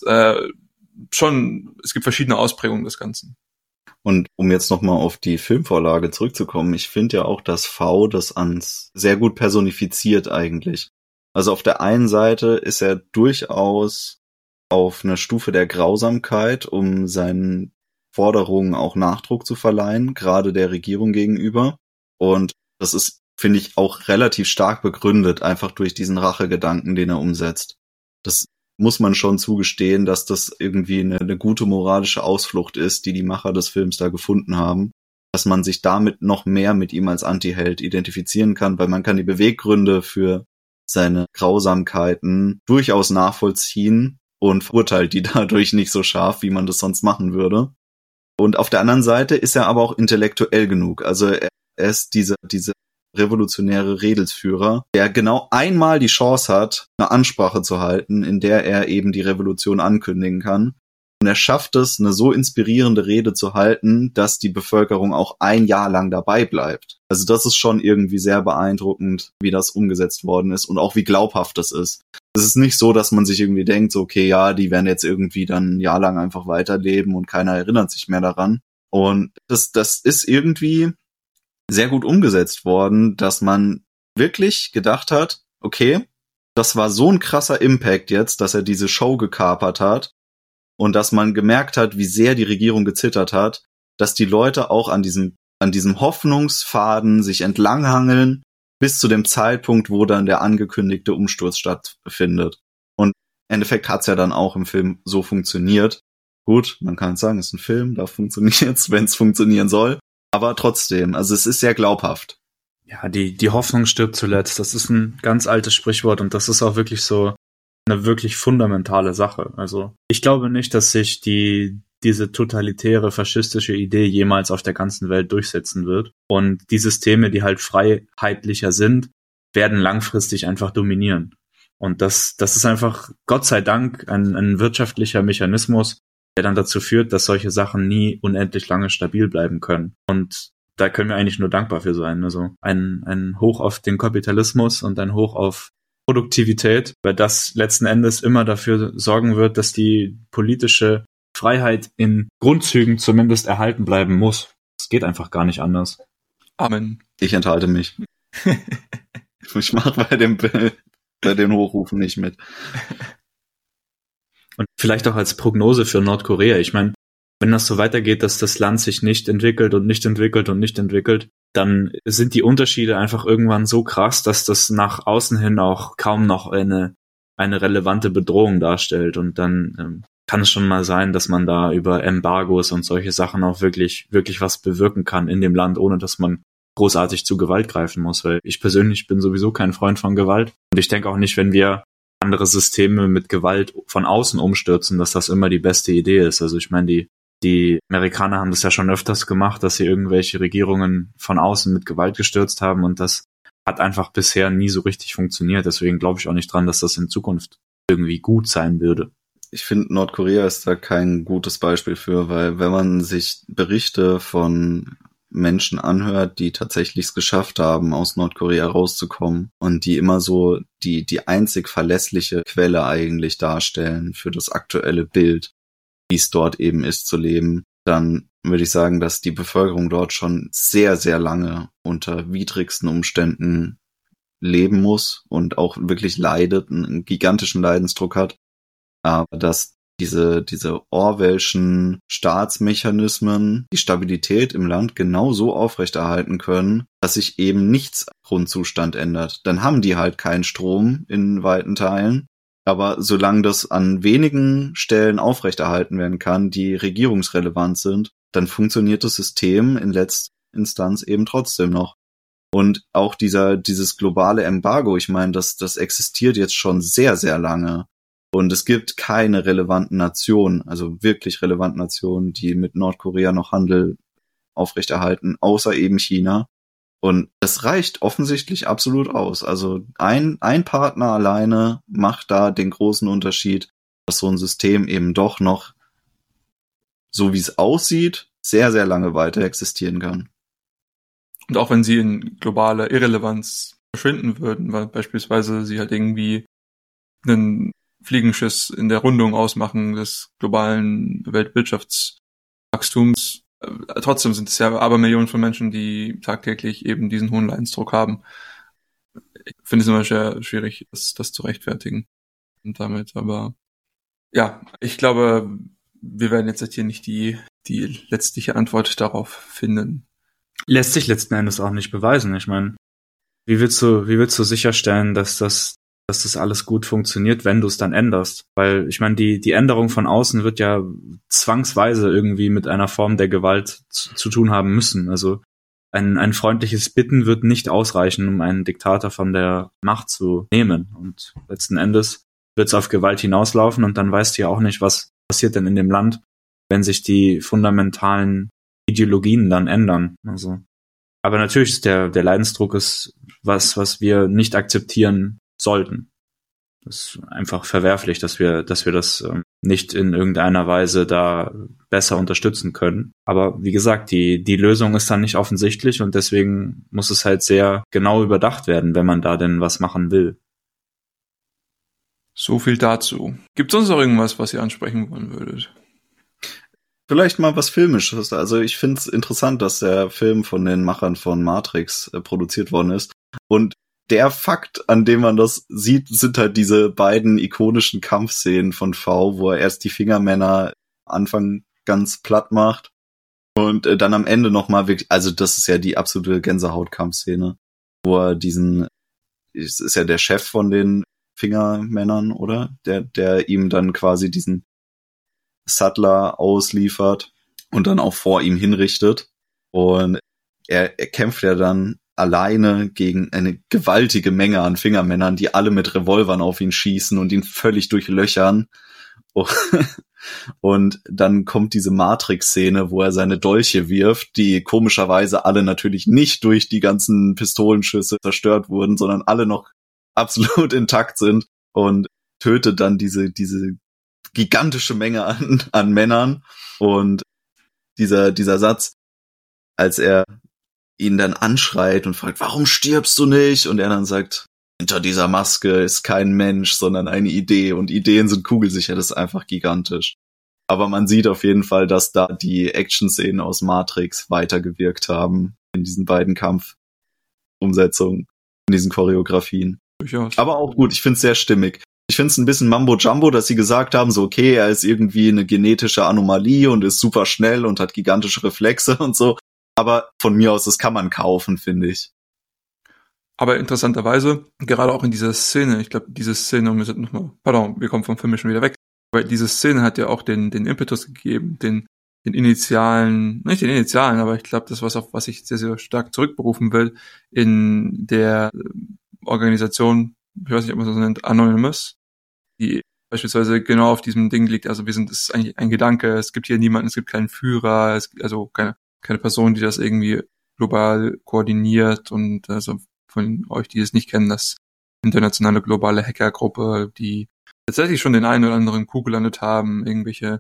schon, es gibt verschiedene Ausprägungen des Ganzen. Und um jetzt nochmal auf die Filmvorlage zurückzukommen, ich finde ja auch, dass V das ans sehr gut personifiziert eigentlich. Also auf der einen Seite ist er durchaus auf einer Stufe der Grausamkeit, um seinen Forderungen auch Nachdruck zu verleihen, gerade der Regierung gegenüber. Und das ist, finde ich, auch relativ stark begründet, einfach durch diesen Rachegedanken, den er umsetzt. Das muss man schon zugestehen, dass das irgendwie eine gute moralische Ausflucht ist, die die Macher des Films da gefunden haben, dass man sich damit noch mehr mit ihm als Antiheld identifizieren kann, weil man kann die Beweggründe für seine Grausamkeiten durchaus nachvollziehen und verurteilt die dadurch nicht so scharf, wie man das sonst machen würde. Und auf der anderen Seite ist er aber auch intellektuell genug. Also er ist diese revolutionäre Redelsführer, der genau einmal die Chance hat, eine Ansprache zu halten, in der er eben die Revolution ankündigen kann. Und er schafft es, eine so inspirierende Rede zu halten, dass die Bevölkerung auch ein Jahr lang dabei bleibt. Also das ist schon irgendwie sehr beeindruckend, wie das umgesetzt worden ist und auch wie glaubhaft das ist. Es ist nicht so, dass man sich irgendwie denkt, so, okay, ja, die werden jetzt irgendwie dann ein Jahr lang einfach weiterleben und keiner erinnert sich mehr daran. Und das ist irgendwie sehr gut umgesetzt worden, dass man wirklich gedacht hat, okay, das war so ein krasser Impact jetzt, dass er diese Show gekapert hat und dass man gemerkt hat, wie sehr die Regierung gezittert hat, dass die Leute auch an diesem Hoffnungsfaden sich entlanghangeln bis zu dem Zeitpunkt, wo dann der angekündigte Umsturz stattfindet. Und im Endeffekt hat's ja dann auch im Film so funktioniert. Gut, man kann sagen, es ist ein Film, da funktioniert's, wenn es funktionieren soll. Aber trotzdem, also es ist sehr glaubhaft. Ja, die Hoffnung stirbt zuletzt. Das ist ein ganz altes Sprichwort und das ist auch wirklich so eine wirklich fundamentale Sache. Also ich glaube nicht, dass sich diese totalitäre, faschistische Idee jemals auf der ganzen Welt durchsetzen wird. Und die Systeme, die halt freiheitlicher sind, werden langfristig einfach dominieren. Und das ist einfach, Gott sei Dank, ein wirtschaftlicher Mechanismus, der dann dazu führt, dass solche Sachen nie unendlich lange stabil bleiben können. Und da können wir eigentlich nur dankbar für sein. Also ein Hoch auf den Kapitalismus und ein Hoch auf Produktivität, weil das letzten Endes immer dafür sorgen wird, dass die politische Freiheit in Grundzügen zumindest erhalten bleiben muss. Es geht einfach gar nicht anders. Amen. Ich enthalte mich. Ich mache bei den Hochrufen nicht mit. Und vielleicht auch als Prognose für Nordkorea. Ich meine, wenn das so weitergeht, dass das Land sich nicht entwickelt und nicht entwickelt und nicht entwickelt, dann sind die Unterschiede einfach irgendwann so krass, dass das nach außen hin auch kaum noch eine relevante Bedrohung darstellt. Und dann kann es schon mal sein, dass man da über Embargos und solche Sachen auch wirklich was bewirken kann in dem Land, ohne dass man großartig zu Gewalt greifen muss. Weil ich persönlich bin sowieso kein Freund von Gewalt. Und ich denke auch nicht, wenn wir andere Systeme mit Gewalt von außen umstürzen, dass das immer die beste Idee ist. Also ich meine, die Amerikaner haben das ja schon öfters gemacht, dass sie irgendwelche Regierungen von außen mit Gewalt gestürzt haben und das hat einfach bisher nie so richtig funktioniert. Deswegen glaube ich auch nicht dran, dass das in Zukunft irgendwie gut sein würde. Ich finde, Nordkorea ist da kein gutes Beispiel für, weil wenn man sich Berichte von Menschen anhört, die tatsächlich es geschafft haben, aus Nordkorea rauszukommen und die immer so die einzig verlässliche Quelle eigentlich darstellen für das aktuelle Bild, wie es dort eben ist zu leben, dann würde ich sagen, dass die Bevölkerung dort schon sehr, sehr lange unter widrigsten Umständen leben muss und auch wirklich leidet, einen gigantischen Leidensdruck hat. Aber dass diese Orwellschen Staatsmechanismen die Stabilität im Land genau so aufrechterhalten können, dass sich eben nichts am Grundzustand ändert. Dann haben die halt keinen Strom in weiten Teilen. Aber solange das an wenigen Stellen aufrechterhalten werden kann, die regierungsrelevant sind, dann funktioniert das System in letzter Instanz eben trotzdem noch. Und auch dieses globale Embargo, ich meine, das existiert jetzt schon sehr, sehr lange. Und es gibt keine relevanten Nationen, also wirklich relevanten Nationen, die mit Nordkorea noch Handel aufrechterhalten, außer eben China. Und es reicht offensichtlich absolut aus. Also ein Partner alleine macht da den großen Unterschied, dass so ein System eben doch noch, so wie es aussieht, sehr, sehr lange weiter existieren kann. Und auch wenn sie in globaler Irrelevanz verschwinden würden, weil beispielsweise sie halt irgendwie einen Fliegenschiss in der Rundung ausmachen des globalen Weltwirtschaftswachstums. Trotzdem sind es ja Abermillionen von Menschen, die tagtäglich eben diesen hohen Leidensdruck haben. Ich finde es immer sehr schwierig, das zu rechtfertigen. Und damit, aber ja, ich glaube, wir werden jetzt hier nicht die letztliche Antwort darauf finden. Lässt sich letzten Endes auch nicht beweisen. Ich meine, wie willst du sicherstellen, dass das alles gut funktioniert, wenn du es dann änderst? Weil ich meine, die Änderung von außen wird ja zwangsweise irgendwie mit einer Form der Gewalt zu tun haben müssen. Also ein freundliches Bitten wird nicht ausreichen, um einen Diktator von der Macht zu nehmen. Und letzten Endes wird es auf Gewalt hinauslaufen und dann weißt du ja auch nicht, was passiert denn in dem Land, wenn sich die fundamentalen Ideologien dann ändern. Also, aber natürlich ist der Leidensdruck ist was wir nicht akzeptieren sollten. Das ist einfach verwerflich, dass wir das nicht in irgendeiner Weise da besser unterstützen können. Aber wie gesagt, die Lösung ist dann nicht offensichtlich und deswegen muss es halt sehr genau überdacht werden, wenn man da denn was machen will. So viel dazu. Gibt es sonst noch irgendwas, was ihr ansprechen wollen würdet? Vielleicht mal was Filmisches. Also ich finde es interessant, dass der Film von den Machern von Matrix produziert worden ist. Und der Fakt, an dem man das sieht, sind halt diese beiden ikonischen Kampfszenen von V, wo er erst die Fingermänner Anfang ganz platt macht und dann am Ende nochmal wirklich, also das ist ja die absolute Gänsehaut-Kampfszene, wo er ist ja der Chef von den Fingermännern, oder? Der ihm dann quasi diesen Sattler ausliefert und dann auch vor ihm hinrichtet. Und er kämpft ja dann alleine gegen eine gewaltige Menge an Fingermännern, die alle mit Revolvern auf ihn schießen und ihn völlig durchlöchern. Und dann kommt diese Matrix-Szene, wo er seine Dolche wirft, die komischerweise alle natürlich nicht durch die ganzen Pistolenschüsse zerstört wurden, sondern alle noch absolut intakt sind, und tötet dann diese gigantische Menge an Männern. Und dieser Satz, als er ihn dann anschreit und fragt, warum stirbst du nicht? Und er dann sagt, hinter dieser Maske ist kein Mensch, sondern eine Idee. Und Ideen sind kugelsicher, das ist einfach gigantisch. Aber man sieht auf jeden Fall, dass da die Action-Szenen aus Matrix weitergewirkt haben in diesen beiden Kampfumsetzungen, in diesen Choreografien. Durchaus. Aber auch gut, ich finde es sehr stimmig. Ich finde es ein bisschen Mambo-Jumbo, dass sie gesagt haben, so okay, er ist irgendwie eine genetische Anomalie und ist super schnell und hat gigantische Reflexe und so. Aber von mir aus, das kann man kaufen, finde ich. Aber interessanterweise, gerade auch in dieser Szene, ich glaube, diese Szene, wir kommen vom Film schon wieder weg, weil diese Szene hat ja auch den Impetus gegeben, nicht den initialen, aber ich glaube, das was auf was ich sehr, sehr stark zurückberufen will, in der Organisation, ich weiß nicht, ob man das so nennt, Anonymous, die beispielsweise genau auf diesem Ding liegt. Also es ist eigentlich ein Gedanke, es gibt hier niemanden, es gibt keinen Führer, es gibt also keine Person, die das irgendwie global koordiniert, und also von euch, die es nicht kennen, das internationale globale Hackergruppe, die tatsächlich schon den einen oder anderen Coup gelandet haben, irgendwelche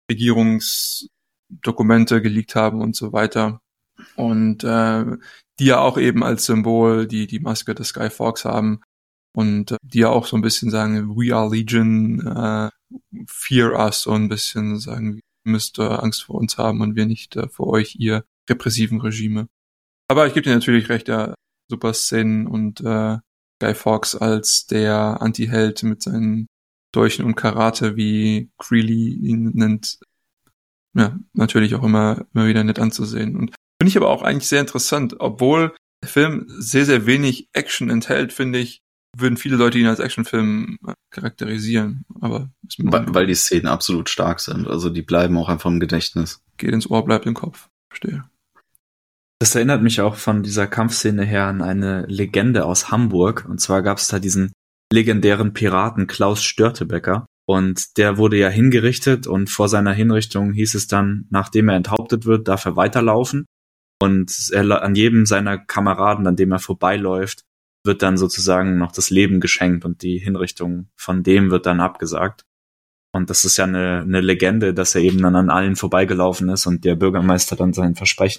Regierungsdokumente geleakt haben und so weiter. Und die ja auch eben als Symbol die Maske des Guy Fawkes haben und die ja auch so ein bisschen sagen, we are Legion, fear us, so ein bisschen sagen, ihr müsst Angst vor uns haben und wir nicht vor euch, ihr repressiven Regime. Aber ich gebe dir natürlich recht, ja, super Szenen und Guy Fawkes als der Anti-Held mit seinen Dolchen und Karate, wie Greeley ihn nennt, ja, natürlich auch immer wieder nett anzusehen. Und finde ich aber auch eigentlich sehr interessant, obwohl der Film sehr, sehr wenig Action enthält, finde ich, würden viele Leute ihn als Actionfilm charakterisieren. Aber weil die Szenen absolut stark sind. Also die bleiben auch einfach im Gedächtnis. Geht ins Ohr, bleibt im Kopf. Verstehe. Das erinnert mich auch von dieser Kampfszene her an eine Legende aus Hamburg. Und zwar gab es da diesen legendären Piraten Klaus Störtebeker. Und der wurde ja hingerichtet, und vor seiner Hinrichtung hieß es dann, nachdem er enthauptet wird, darf er weiterlaufen. Und an jedem seiner Kameraden, an dem er vorbeiläuft, wird dann sozusagen noch das Leben geschenkt, und die Hinrichtung von dem wird dann abgesagt. Und das ist ja eine Legende, dass er eben dann an allen vorbeigelaufen ist und der Bürgermeister dann sein Versprechen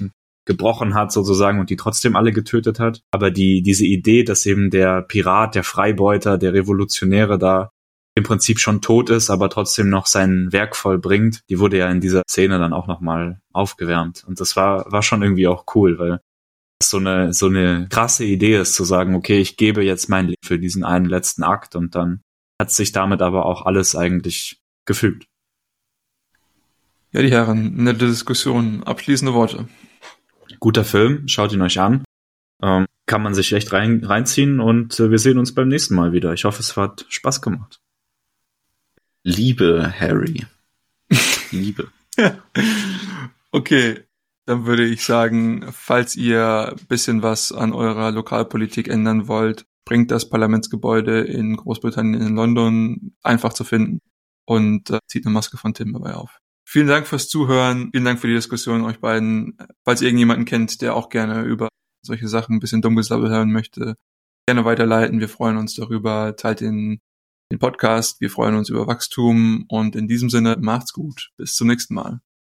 gebrochen hat sozusagen und die trotzdem alle getötet hat. Aber diese Idee, dass eben der Pirat, der Freibeuter, der Revolutionäre da im Prinzip schon tot ist, aber trotzdem noch sein Werk vollbringt, die wurde ja in dieser Szene dann auch nochmal aufgewärmt. Und das war schon irgendwie auch cool, weil das so eine krasse Idee ist, zu sagen, okay, ich gebe jetzt mein Leben für diesen einen letzten Akt und dann hat sich damit aber auch alles eigentlich gefügt. Ja, die Herren, nette Diskussion. Abschließende Worte. Guter Film, schaut ihn euch an. Kann man sich echt reinziehen und wir sehen uns beim nächsten Mal wieder. Ich hoffe, es hat Spaß gemacht. Liebe Harry. Liebe. Okay, dann würde ich sagen, falls ihr ein bisschen was an eurer Lokalpolitik ändern wollt, bringt das Parlamentsgebäude in Großbritannien, in London, einfach zu finden und zieht eine Maske von Tim dabei auf. Vielen Dank fürs Zuhören, vielen Dank für die Diskussion euch beiden. Falls ihr irgendjemanden kennt, der auch gerne über solche Sachen ein bisschen dummgesabbelt hören möchte, gerne weiterleiten. Wir freuen uns darüber. Teilt den Podcast. Wir freuen uns über Wachstum und in diesem Sinne macht's gut. Bis zum nächsten Mal.